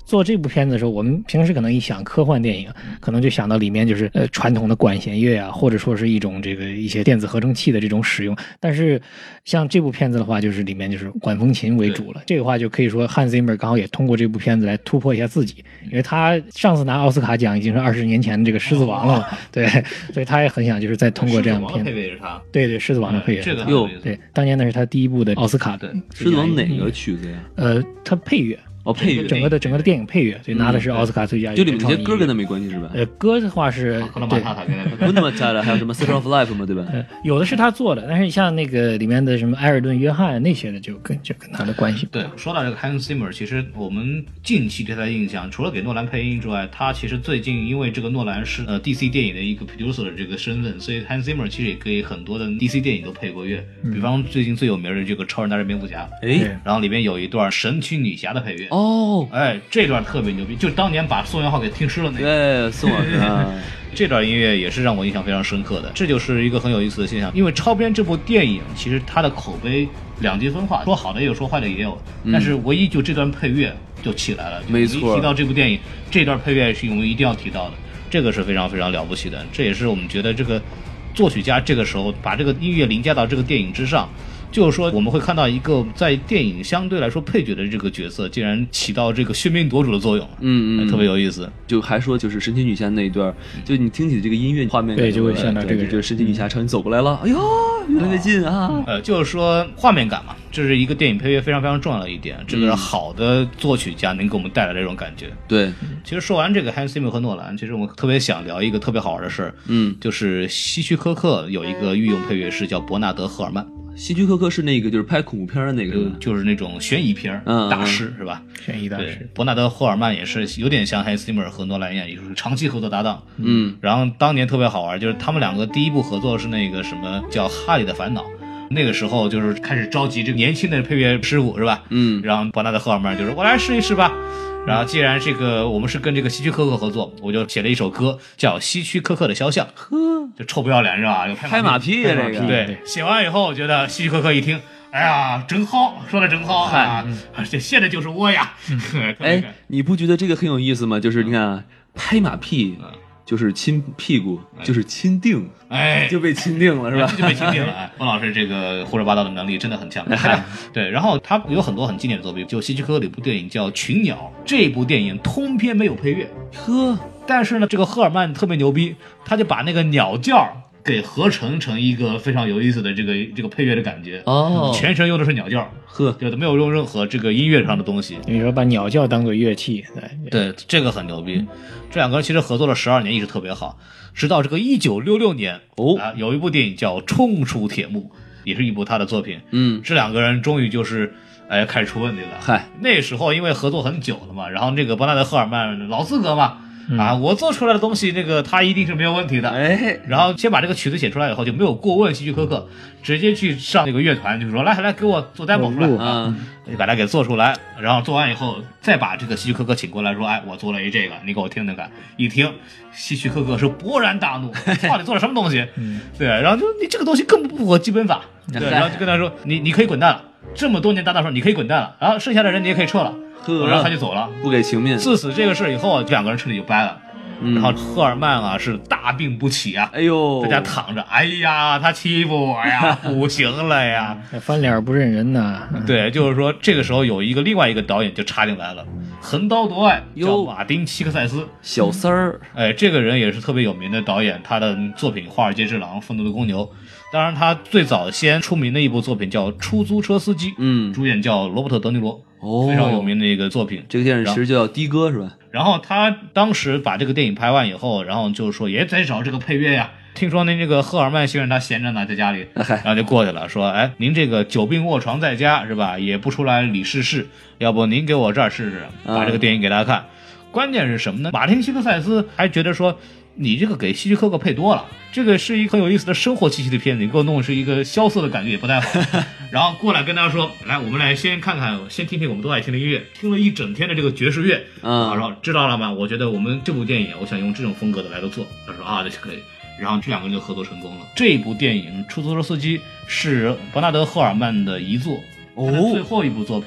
做这部片子的时候，我们平时可能一想科幻电影，可能就想到里面就是传统的管弦乐啊，或者说是一种一些电子合成器的这种使用。但是像这部片子的话，就是里面就是管风琴为主了。这个话就可以说汉斯季默刚好也通过这部片子来突破一下自己，因为他上次拿奥斯卡奖已经是20年前的这个《狮子王》了，对，所以他也很想就是再通过这样的片子。 配乐是他， 对对，《狮子王》的配乐， 这个对，当年那是他第一部的奥斯卡的。 狮子王哪个曲子呀？ 他配乐。 配乐， 整个的电影配乐，所以拿的是奥斯卡最佳。 就里面那些歌跟他没关系是吧？ 歌的话是克拉玛塔塔跟他不那么加了，还有什么《Circle of Life》嘛，对吧？ 有的是他做的，但是像那个里面的什么埃尔顿·约翰那些的，就跟他的关系。 对，说到这个 Hans Zimmer， 其实我们近期对他的印象，除了给诺兰配音之外，他其实最近因为这个诺兰是DC 电影的一个 producer 的这个身份，所以 Hans Zimmer 其实也给很多的 DC 电影都配过乐，比方最近最有名的这个《超人大战蝙蝠侠》，然后里面有一段神奇女侠的配乐。这段特别牛逼，就当年把宋元浩给听湿了那个。 对，宋老师啊， 这段音乐也是让我印象非常深刻的。这就是一个很有意思的现象，因为《超编》这部电影其实它的口碑两极分化，说好的也有，说坏的也有，但是唯一就这段配乐就起来了。 没错， 提到这部电影，这段配乐是我们一定要提到的，这个是非常非常了不起的。这也是我们觉得这个作曲家这个时候把这个音乐凌驾到这个电影之上。就是说我们会看到一个在电影相对来说配角的这个角色竟然起到这个喧宾夺主的作用，特别有意思。 就还说就是神奇女侠那一段，就你听起这个音乐画面， 对，就会想到这个就是神奇女侠朝你走过来了，哎呦，越来越近啊。 就是说画面感嘛，这是一个电影配乐非常非常重要的一点，这个是好的作曲家能给我们带来这种感觉。 对， 其实说完这个 Hans Zimmer 和诺兰，其实我们特别想聊一个特别好玩的事儿，就是希区柯克有一个御用配乐师叫伯纳德·赫尔曼。 希区柯克是那个就是拍恐怖片的那个， 就是那种悬疑片大师是吧？ 悬疑大师。 伯纳德·赫尔曼也是有点像 Hans Zimmer 和诺兰一样，也就是长期合作搭档。然后当年特别好玩，就是他们两个第一部合作是那个什么叫《哈利的烦恼》。那个时候就是开始召集这个年轻的配乐师傅是吧？然后伯纳德·赫尔曼就是我来试一试吧。然后既然这个我们是跟这个希区柯克合作，我就写了一首歌叫《希区柯克的肖像》，就臭不要脸是吧？有拍马屁呀这个。 对，写完以后我觉得希区柯克一听，哎呀，真好，说的真好啊！这写的就是我呀。 哎，你不觉得这个很有意思吗？就是你看拍马屁。就是亲屁股，就是钦定，就被钦定了，是吧？ 就被钦定了。翁老师这个胡说八道的能力真的很强。对，然后他有很多很经典的作品，就希区柯克的一部电影叫《群鸟》，这部电影通篇没有配乐，但是呢，这个赫尔曼特别牛逼，他就把那个鸟叫给合成一个非常有意思的这个配乐的感觉。全程用的是鸟叫，对，没有用任何这个音乐上的东西。 你说把鸟叫当做乐器， 对，这个很牛逼。这两个人其实合作了12年，一直特别好，直到这个1966年有一部电影叫《冲出铁幕》，也是一部他的作品。这两个人终于就是开始出问题了。那时候因为合作很久了嘛，然后这个伯纳德·赫尔曼老资格嘛。我做出来的东西，那个他一定是没有问题的。然后先把这个曲子写出来以后，就没有过问希区柯克，直接去上那个乐团，就是说来给我做 demo 出来就把它给做出来。然后做完以后，再把这个希区柯克请过来说，我做了这个，你给我听听看。一听，希区柯克是勃然大怒，操，你做了什么东西？对，然后就你这个东西根本不符合基本法。对，然后就跟他说，你可以滚蛋了，这么多年搭档说你可以滚蛋了，然后剩下的人你也可以撤了。然后他就走了， 不给情面。 自此这个事以后，两个人彻底就掰了。然后赫尔曼是大病不起啊，在家躺着，哎呀，他欺负我呀，不行了呀， 翻脸不认人呐。 对，就是说这个时候有另外一个导演就插进来了，横刀夺爱，叫马丁·希克塞斯， 小三儿。 这个人也是特别有名的导演，他的作品《华尔街之狼》《愤怒的公牛》。当然，他最早先出名的一部作品叫《出租车司机》，主演叫罗伯特·德尼罗，非常有名的一个作品。 这个电影其实就叫的哥是吧？ 然后他当时把这个电影拍完以后，然后就是说也在找这个配乐呀。听说那个赫尔曼先生他闲着呢，在家里，然后就过去了，说：“您这个久病卧床在家是吧？也不出来理试试，要不您给我这儿试试，把这个电影给大家看。”关键是什么呢？马丁·希克塞斯还觉得说，你这个给希区柯克配多了，这个是一个很有意思的生活气息的片子，你给我弄是一个萧瑟的感觉也不太好。然后过来跟他说，来，我们来先听听我们都爱听的音乐，听了一整天的这个爵士乐，然后知道了吗？我觉得我们这部电影，我想用这种风格的来做。他说这是可以。然后这两个人就合作成功了。这部电影《出租车司机》是伯纳德·赫尔曼的遗作，他的最后一部作品。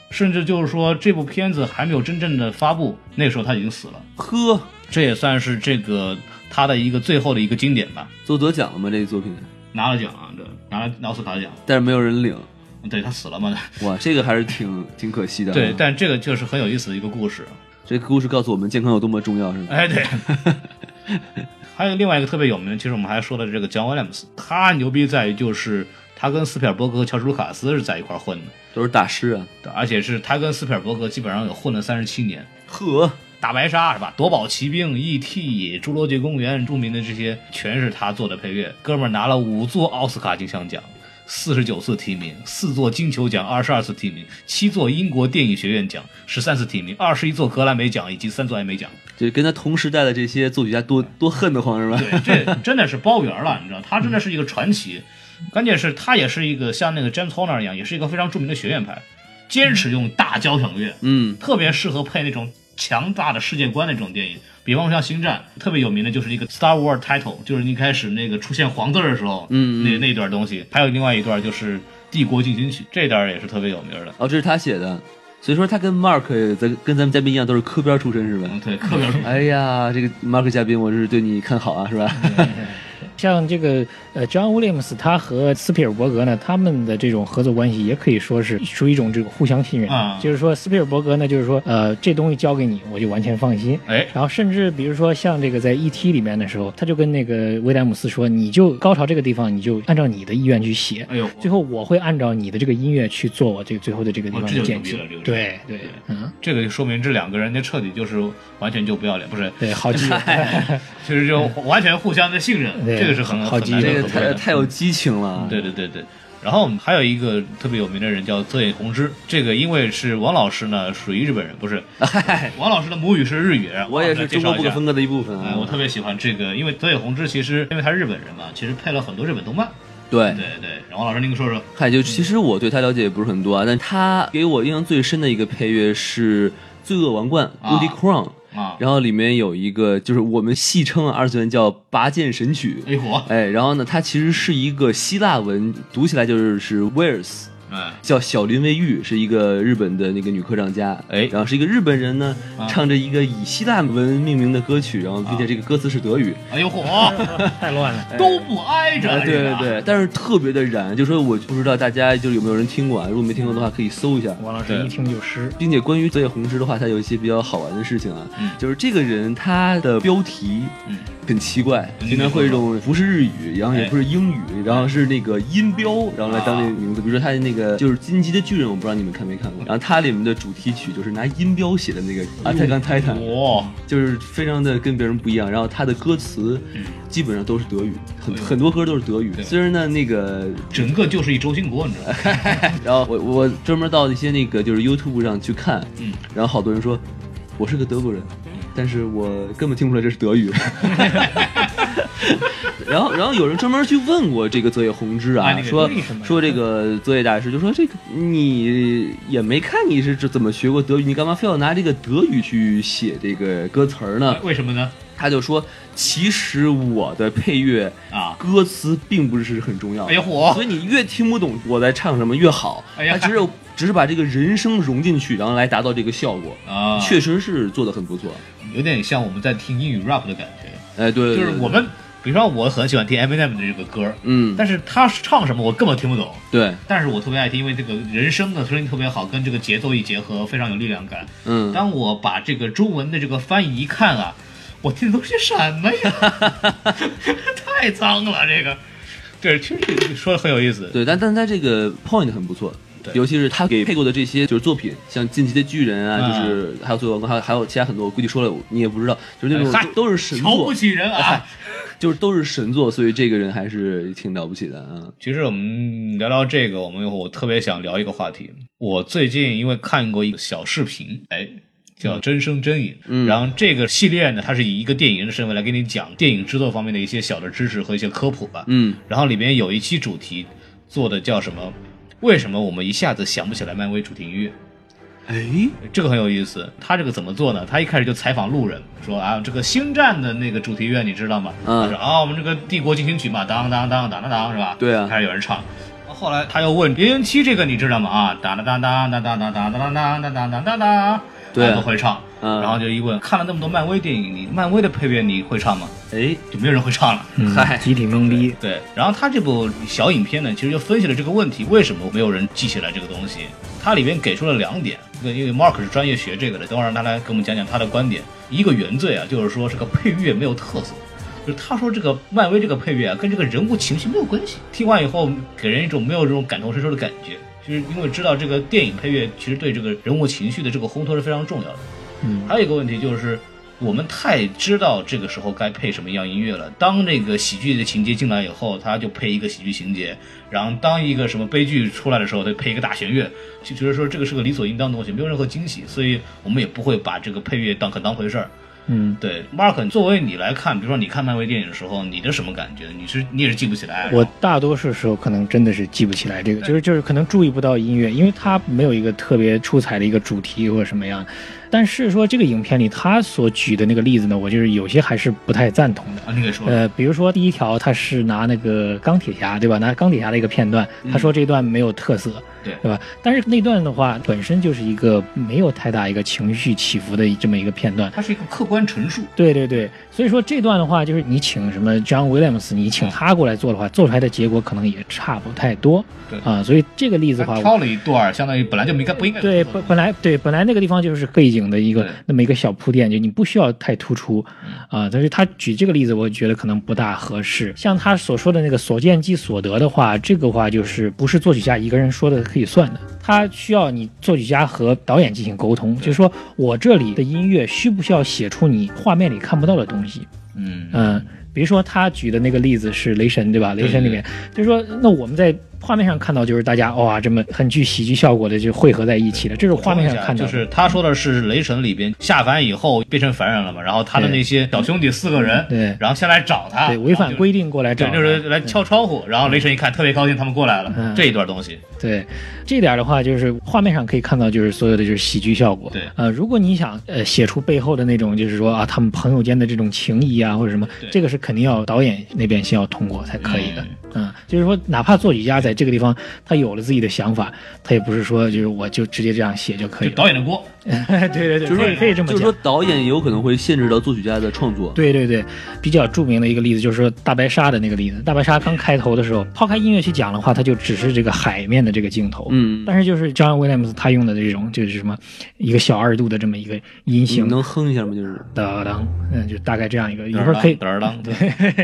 甚至就是说这部片子还没有真正的发布，那时候他已经死了。 呵， 这也算是这个他的一个最后的一个经典吧。 都得奖了吗？这个作品拿了奖啊，对，拿了奥斯卡奖， 但是没有人领。 对，他死了嘛。 哇，这个还是挺可惜的。 对，但这个就是很有意思的一个故事。 这个故事告诉我们健康有多么重要，是吗？ 哎，对。还有另外一个特别有名的，其实我们还说的这个 John Williams， 他牛逼在于就是他跟斯皮尔伯格和乔治卢卡斯是在一块混的， 都是大师啊， 而且是他跟斯皮尔伯格基本上有混了37年。 呵， 大白鲨是吧？夺宝奇兵、E.T.、侏罗纪公园，著名的这些全是他做的配乐。哥们儿拿了5座奥斯卡金像奖，49次提名，4座金球奖，22次提名，7座英国电影学院奖，13次提名，21座格莱美奖以及3座艾美奖。 就跟他同时代的这些作曲家多恨得慌，是吧？ 对，这真的是包圆了，你知道，他真的是一个传奇。关键是他也是一个像那个 James Horner 一样，也是一个非常著名的学院派，坚持用大交响乐，特别适合配那种强大的世界观的这种电影。比方说像星战，特别有名的就是一个 Star Wars title， 就是一开始那个出现黄字的时候，那一段东西。还有另外一段就是帝国进行曲，这段也是特别有名的。 哦，这是他写的。所以说他跟 Mark 跟咱们嘉宾一样，都是科边出身，是吧？ 对，科边出身。 哎呀，这个 Mark 嘉宾，我是对你看好啊，是吧？ 像这个John Williams 他和斯皮尔伯格呢，他们的这种合作关系也可以说是属于一种这个互相信任。就是说斯皮尔伯格呢，就是说这东西交给你，我就完全放心。然后甚至比如说像这个在 E.T. 里面的时候，他就跟那个威廉姆斯说，你就高潮这个地方，你就按照你的意愿去写。最后我会按照你的这个音乐去做我这个最后的这个地方的剪辑。对， 这个就说明这两个人家彻底就是完全就不要脸，不是？ 对，好基友， 其实就完全互相的信任。这个是很好基友， 这个太有激情了。 对。然后我们还有一个特别有名的人叫泽野弘之，这个因为是王老师呢属于日本人，不是？王老师的母语是日语， 我也是中国不可分割的一部分啊。 我特别喜欢这个，因为泽野弘之其实因为他是日本人嘛，其实配了很多日本动漫。 对。 王老师您说说。 就其实我对他了解也不是很多啊，但他给我印象最深的一个配乐是《罪恶王冠》Woody Crown。然后里面有一个就是我们戏称二次元叫拔剑神曲。然后呢它其实是一个希腊文，读起来就是威尔斯，叫小林未玉，是一个日本的那个女科长家。然后是一个日本人呢，唱着一个以希腊文命名的歌曲，然后并且这个歌词是德语。 太乱了， 都不挨着。 对，但是特别的燃。就说我不知道大家就是有没有人听过啊？如果没听过的话，可以搜一下。 王老师一听就湿。 并且关于泽野弘之的话，他有一些比较好玩的事情啊，就是这个人他的标题很奇怪，经常会用不是日语，然后也不是英语，然后是那个音标，然后来当那个名字。比如说他的那个就是《进击的巨人》，我不知道你们看没看过。然后它里面的主题曲就是拿音标写的那个《Attack on Titan》，就是非常的跟别人不一样。然后他的歌词基本上都是德语，很多歌都是德语。虽然呢，那个整个就是一周兴国，你知道吗？ 然后我专门到一些那个就是 YouTube 上去看，然后好多人说我是个德国人，但是我根本听不出来这是德语。然后有人专门去问过这个泽野弘之啊，说这个泽野大师就说这个你也没看你是怎么学过德语，你干嘛非要拿这个德语去写这个歌词呢？ 为什么呢？ 他就说其实我的配乐歌词并不是很重要，所以你越听不懂我在唱什么越好。他只是把这个人声融进去，然后来达到这个效果啊，确实是做得很不错， 有点像我们在听英语 rap 的感觉。 对， 就是我们，比方我很喜欢听 Eminem 的这个歌，但是他唱什么我根本听不懂， 对， 但是我特别爱听，因为这个人声的声音特别好，跟这个节奏一结合，非常有力量感。当我把这个中文的这个翻译一看啊，我听的都是什么呀？太脏了，这个，对，确实说的很有意思。 对，但他这个 point 很不错。尤其是他给配过的这些就是作品，像《进击的巨人》啊，就是还有《罪恶王冠》，还有其他很多，我估计说了你也不知道，就是那种都是神作， 瞧不起人啊， 就是都是神作，所以这个人还是挺了不起的啊。 其实我们聊聊这个，我特别想聊一个话题。我最近因为看过一个小视频，叫真声真影，然后这个系列呢，它是以一个电影人的身份来给你讲电影制作方面的一些小的知识和一些科普吧。然后里面有一期主题做的叫什么？为什么我们一下子想不起来漫威主题音乐？这个很有意思。他这个怎么做呢？他一开始就采访路人，说啊，这个星战的那个主题乐你知道吗？他说我们这个帝国进行曲嘛，当当当当当当，是吧？ 对啊。 开始有人唱。 后来他又问《零零七》这个你知道吗？啊，哒哒哒哒哒哒哒哒哒哒哒哒哒哒， 对， 都会唱。然后就一问，看了那么多漫威电影，你漫威的配乐你会唱吗？ 哎， 就没有人会唱了， 嗨，集体懵逼。 对，然后他这部小影片呢，其实就分析了这个问题，为什么没有人记起来这个东西？它里边给出了2点，因为 Mark 是专业学这个的，等会儿让他来给我们讲讲他的观点。一个原罪啊，就是说这个配乐没有特色。就是他说这个漫威这个配乐啊，跟这个人物情绪没有关系。听完以后，给人一种没有这种感同身受的感觉，就是因为知道这个电影配乐其实对这个人物情绪的这个烘托是非常重要的。还有一个问题就是，我们太知道这个时候该配什么样音乐了。当那个喜剧的情节进来以后，他就配一个喜剧情节；然后当一个什么悲剧出来的时候，他配一个大弦乐，就觉得说这个是个理所应当的东西，没有任何惊喜，所以我们也不会把这个配乐当回事儿。对 ，Mark， 作为你来看，比如说你看漫威电影的时候，你的什么感觉？你也是记不起来。 我大多数时候可能真的是记不起来这个，就是可能注意不到音乐，因为它没有一个特别出彩的一个主题或者什么样。但是说这个影片里他所举的那个例子呢，我就是有些还是不太赞同的。 你给说。 比如说第一条，他是拿那个钢铁侠，对吧？拿钢铁侠的一个片段，他说这段没有特色。对吧？但是那段的话本身就是一个没有太大一个情绪起伏的这么一个片段， 它是一个客观陈述。 对，所以说这段的话，就是你请什么 John Williams， 你请他过来做的话，做出来的结果可能也差不太多。 对啊，所以这个例子的话， 挑了一段，相当于本来就不应该。 对，本来那个地方就是背景的一个那么一个小铺垫，就你不需要太突出啊。但是他举这个例子，我觉得可能不大合适。像他所说的那个所见即所得的话，这个话就是不是作曲家一个人说的可以算的，他需要你作曲家和导演进行沟通，就是说我这里的音乐需不需要写出你画面里看不到的东西。比如说他举的那个例子是雷神，对吧？雷神里面就是说，那我们在画面上看到就是大家哇这么很具喜剧效果的就汇合在一起了，这是画面上看到的。 就是他说的是雷神里边下凡以后变成凡人了嘛，然后他的那些小兄弟4个人， 对， 然后先来找他， 对，违反规定过来找他， 就是来敲窗户，然后雷神一看特别高兴，他们过来了，这一段东西。 对，这点的话就是画面上可以看到就是所有的就是喜剧效果。 对， 如果你想写出背后的那种就是说啊他们朋友间的这种情谊啊或者什么，这个是肯定要导演那边先要通过才可以的。就是说哪怕作曲家在这个地方他有了自己的想法，他也不是说就是我就直接这样写就可以了， 就导演的锅。 对， 就是可以这么讲， 就是说导演也有可能会限制到作曲家的创作。 对，比较著名的一个例子就是说大白鲨的那个例子。大白鲨刚开头的时候，抛开音乐去讲的话，它就只是这个海面的这个镜头。但是就是 John Williams 他用的这种就是什么一个小2度的这么一个音型， 你能哼一下吗？就是哒当，就大概这样一个，一会儿可以哒当，对，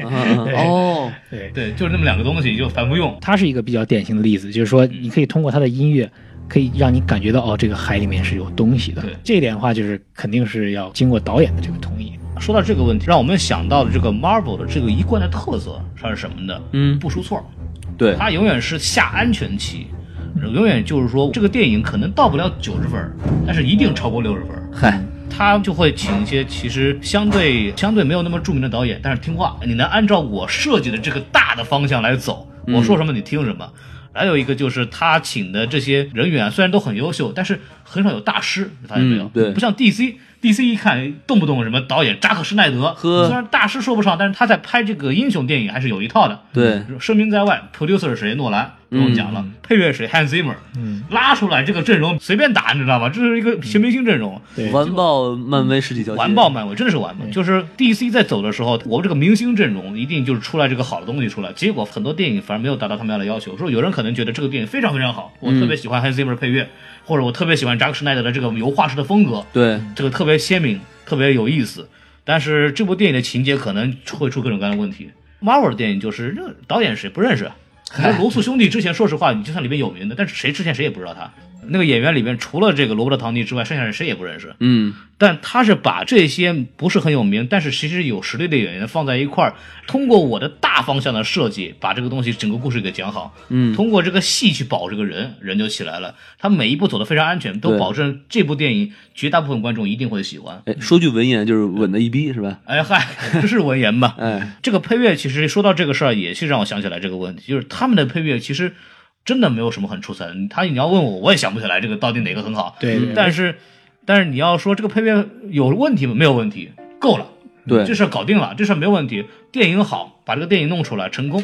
对， 就是那么2个东西就反复用。 它是一个比较典型的例子，就是说你可以通过它的音乐。可以让你感觉到这个海里面是有东西的。 对， 这一点的话，就是肯定是要经过导演的这个同意。 说到这个问题，让我们想到了这个 Marvel 的这个一贯的特色，它是什么呢？不出错。 对， 它永远是下安全期，永远就是说这个电影可能到不了90分，但是一定超过60分。 嗨。 他就会请一些其实相对没有那么著名的导演，但是听话，你能按照我设计的这个大的方向来走，我说什么你听什么。还有一个就是他请的这些人员虽然都很优秀，但是很少有大师，发现没有？ 对， 不像 DC 一看动不动什么导演扎克施耐德，虽然大师说不上，但是他在拍这个英雄电影还是有一套的。 对， 声名在外 ，producer 是谁？诺兰不用讲了，配乐谁 Hans Zimmer，拉出来这个阵容随便打，你知道吗？这是一个全明星阵容， 完爆漫威实体交接， 完爆漫威真的是完爆。就是 DC 在走的时候，我们这个明星阵容一定就是出来这个好的东西出来，结果很多电影反而没有达到他们要的要求。说有人可能觉得这个电影非常非常好，我特别喜欢 Hans Zimmer 配乐，或者我特别喜欢扎克施耐德的这个油画式的风格， 对， 这个特别鲜明，特别有意思。但是这部电影的情节可能会出各种各样的问题。Marvel 的电影就是导演谁不认识，罗素兄弟之前说实话，你就算里面有名的，但是谁之前谁也不知道他。那个演员里面除了这个罗伯特·唐尼之外，剩下人谁也不认识。但他是把这些不是很有名，但是其实有实力的演员放在一块儿，通过我的大方向的设计，把这个东西整个故事给讲好。通过这个戏去保这个人就起来了。他每一步走得非常安全，都保证这部电影绝大部分观众一定会喜欢。 说句文言就是稳的一逼，是吧？ 这是文言吧？这个配乐其实说到这个事儿，也是让我想起来这个问题，就是他们的配乐其实真的没有什么很出彩的。你要问我也想不起来这个到底哪个很好。 对， 但是你要说这个配乐有问题吗？没有问题，够了。 对， 这事搞定了，这事没有问题。电影好，把这个电影弄出来成功。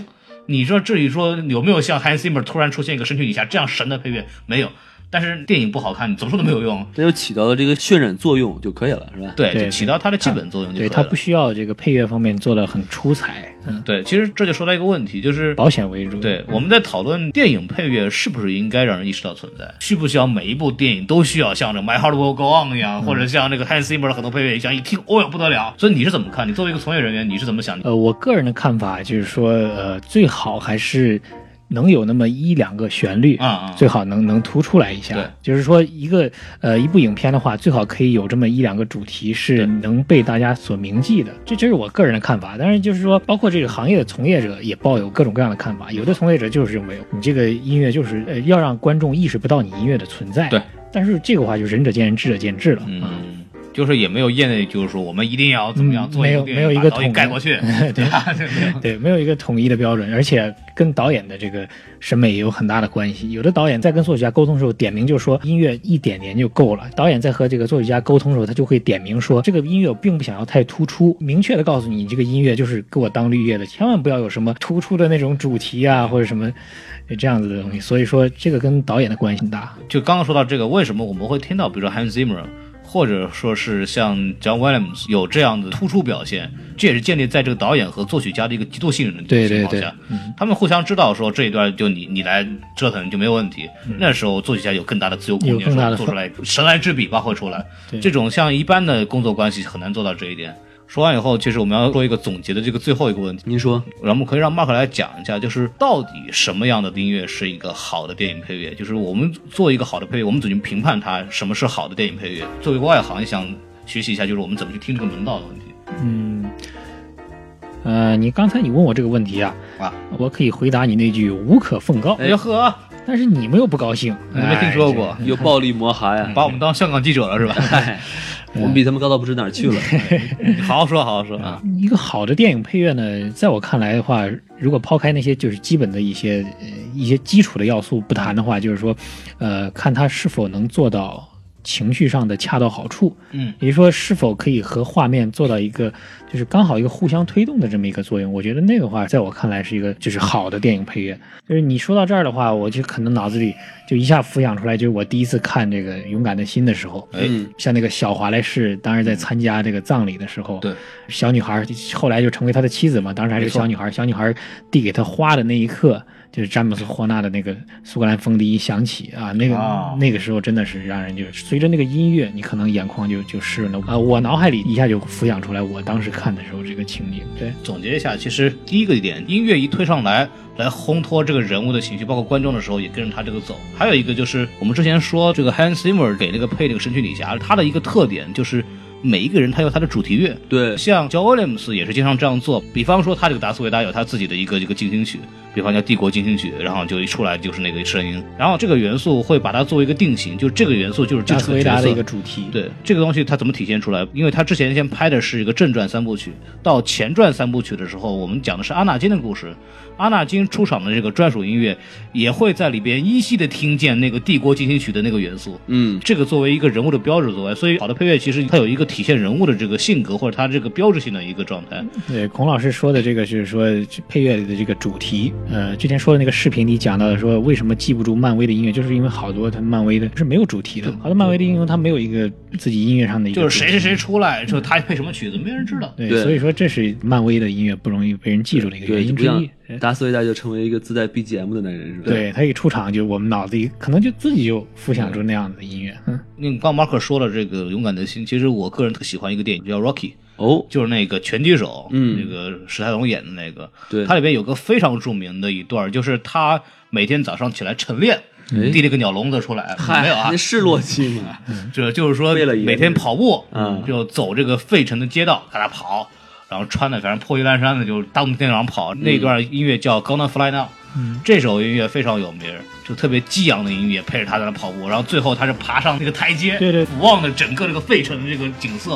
你说至于说有没有像 Hans Zimmer 突然出现一个神曲底下这样神的配乐，没有。但是电影不好看，你怎么说都没有用， 它就起到了这个渲染作用就可以了，是吧？ 对，就起到它的基本作用就可以了。 对，它不需要这个配乐方面做的很出彩。 对，其实这就说到一个问题，就是保险为主。 对，我们在讨论电影配乐是不是应该让人意识到存在，需不需要每一部电影都需要像这 My Heart Will Go On 一样，或者像这个 Hans Zimmer 的很多配乐一样，一听哦哟不得了。所以你是怎么看？你作为一个从业人员，你是怎么想的？ 我个人的看法就是说，最好还是能有那么1-2个旋律，最好能突出来一下。 对， 就是说一部影片的话，最好可以有这么1-2个主题是能被大家所铭记的。这是我个人的看法。但是就是说，包括这个行业的从业者也抱有各种各样的看法。有的从业者就是认为你这个音乐就是要让观众意识不到你音乐的存在。 对， 但是这个话就仁者见仁，智者见智了。 就是也没有业内就是说我们一定要怎么样做一个没有一个统一盖过去， 对，没有一个统一的标准，而且跟导演的这个审美也有很大的关系。有的导演在跟作曲家沟通的时候，点名就说音乐一点点就够了。导演在和这个作曲家沟通的时候，他就会点名说这个音乐我并不想要太突出，明确的告诉你这个音乐就是给我当绿叶的，千万不要有什么突出的那种主题啊或者什么这样子的东西。所以说这个跟导演的关系很大。 就刚刚说到这个，为什么我们会听到比如说 Hans Zimmer或者说是像 John Williams 有这样的突出表现，这也是建立在这个导演和作曲家的一个极度信任的情况下。他们互相知道说这一段就你来折腾就没有问题。那时候作曲家有更大的自由空间，说做出来神来之笔发挥出来。这种像一般的工作关系很难做到这一点。说完以后，其实我们要做一个总结的这个最后一个问题。 您说， 然后我们可以让 Mark 来讲一下，就是到底什么样的音乐是一个好的电影配乐？就是我们做一个好的配乐，我们怎么去评判它什么是好的电影配乐？作为一个外行，想学习一下，就是我们怎么去听这个门道的问题。 你刚才你问我这个问题啊，我可以回答你那句无可奉告。 哎呀呵， 但是你们又不高兴， 你没听说过有暴力摩哈呀， 把我们当香港记者了是吧？ 我们比他们高到不知哪儿去了。 好好说，好好说啊！ 一个好的电影配乐呢，在我看来的话，如果抛开那些就是基本的一些基础的要素不谈的话，就是说，看它是否能做到情绪上的恰到好处，也就是说是否可以和画面做到一个就是刚好一个互相推动的这么一个作用。我觉得那个话在我看来是一个就是好的电影配乐。就是你说到这儿的话，我就可能脑子里就一下浮想出来，就是我第一次看这个《勇敢的心》的时候，像那个小华莱士当时在参加这个葬礼的时候， 对，小女孩后来就成为他的妻子嘛，当时还是个小女孩，小女孩递给他花的那一刻，就是詹姆斯霍纳的那个苏格兰风笛一响起啊，那个时候真的是让人就随着那个音乐，你可能眼眶就湿润了啊。我脑海里一下就浮想出来我当时看的时候这个情景。对， 总结一下，其实第一个点，音乐一推上来烘托这个人物的情绪，包括观众的时候也跟着他这个走。还有一个就是我们之前说这个 Hans Zimmer 给那个配那个神曲女侠，他的一个特点就是每一个人他有他的主题乐， 对， 像 John Williams 也是经常这样做。比方说他这个达斯维达有他自己的一个进行曲，比方叫帝国进行曲，然后就一出来就是那个声音，然后这个元素会把它作为一个定型，就这个元素就是这个达斯维达的一个主题。 对，这个东西它怎么体现出来？因为他之前先拍的是一个正传3部曲，到前传3部曲的时候，我们讲的是阿纳金的故事。阿纳金出场的这个专属音乐也会在里边依稀的听见那个帝国进行曲的那个元素。这个作为一个人物的标志作为，所以好的配乐其实它有一个体现人物的这个性格或者它这个标志性的一个状态。 对，孔老师说的这个就是说配乐里的这个主题。之前说的那个视频里讲到的说为什么记不住漫威的音乐，就是因为好多它漫威的是没有主题的，好多漫威的音乐它没有一个自己音乐上的一个就是谁出来说他配什么曲子没人知道。 对，所以说这是漫威的音乐不容易被人记住的一个原因之一。 达斯维达就成为一个自带 BGM 的男人是吧？ 对，他一出场就我们脑子里可能就自己就浮想出那样的音乐。 那刚马克说了这个勇敢的心，其实我个人特喜欢一个电影叫 Rocky。就是那个拳击手，那个史泰龙演的那个， 对， 他里边有个非常著名的一段，就是他每天早上起来晨练，递了个鸟笼子出来，没有啊？ 那是洛基吗？ 这就是说每天跑步，就走这个费城的街道，跟他跑，然后穿的反正破衣烂衫的，就当天上跑。那段音乐叫 Gonna Fly Now，这首音乐非常有名，就特别激昂的音乐，配着他在那跑步，然后最后他是爬上那个台阶， 对， 俯望的整个这个费城的这个景色。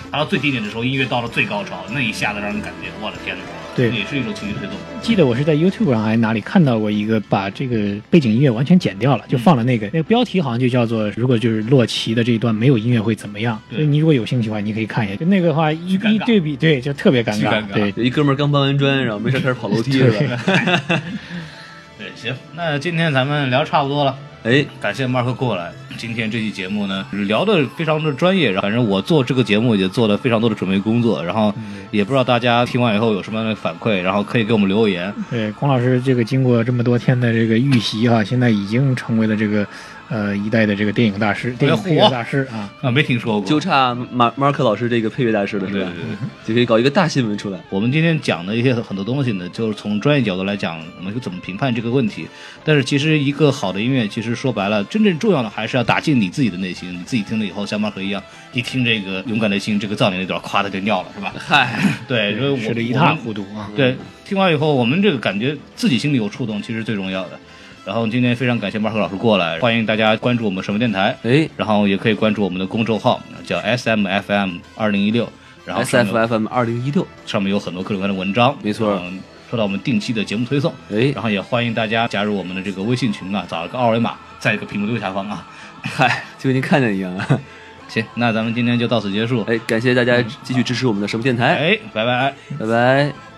达到最低点的时候，音乐到了最高潮，那一下子让人感觉我的天哪， 对， 也是一种情绪推动。 记得我是在 YouTube 上还哪里看到过一个把这个背景音乐完全剪掉了，就放了那个标题好像就叫做如果就是洛奇的这一段没有音乐会怎么样，所以你如果有兴趣的话你可以看一下，就那个话一对比，对，就特别尴尬。对， 有一哥们儿刚搬完砖，然后没事开始跑楼梯是吧？ 对，行，那今天咱们聊差不多了。 哎， 感谢 Mark 过来。今天这期节目呢，聊得非常的专业，反正我做这个节目也做了非常多的准备工作，然后也不知道大家听完以后有什么样的反馈，然后可以给我们留言。 对，孔老师这个经过这么多天的这个预习啊，现在已经成为了这个一代的这个电影大师，电影配乐大师啊， 没听说过， 就差马克老师这个配乐大师了，是吧？对，就可以搞一个大新闻出来。 我们今天讲的一些很多东西呢，就是从专业角度来讲，我们怎么评判这个问题。但是其实一个好的音乐，其实说白了，真正重要的还是要打进你自己的内心。你自己听了以后，像马克一样，一听这个勇敢的心这个造你那段，夸他就尿了，是吧？ 嗨， 对，所以说的一塌糊涂啊。 对，听完以后，我们这个感觉自己心里有触动，其实最重要的。然后今天非常感谢马克老师过来，欢迎大家关注我们什么电台，然后也可以关注我们的公众号，叫 SMFM2016，然后 SFFM2016 上面有很多各种各样的文章， 没错， 收到我们定期的节目推送，然后也欢迎大家加入我们的这个微信群啊，找一个二维码，在一个屏幕右下方啊， 嗨，就跟您看见一样啊。 行，那咱们今天就到此结束， 感谢大家继续支持我们的什么电台， 拜拜， 拜拜。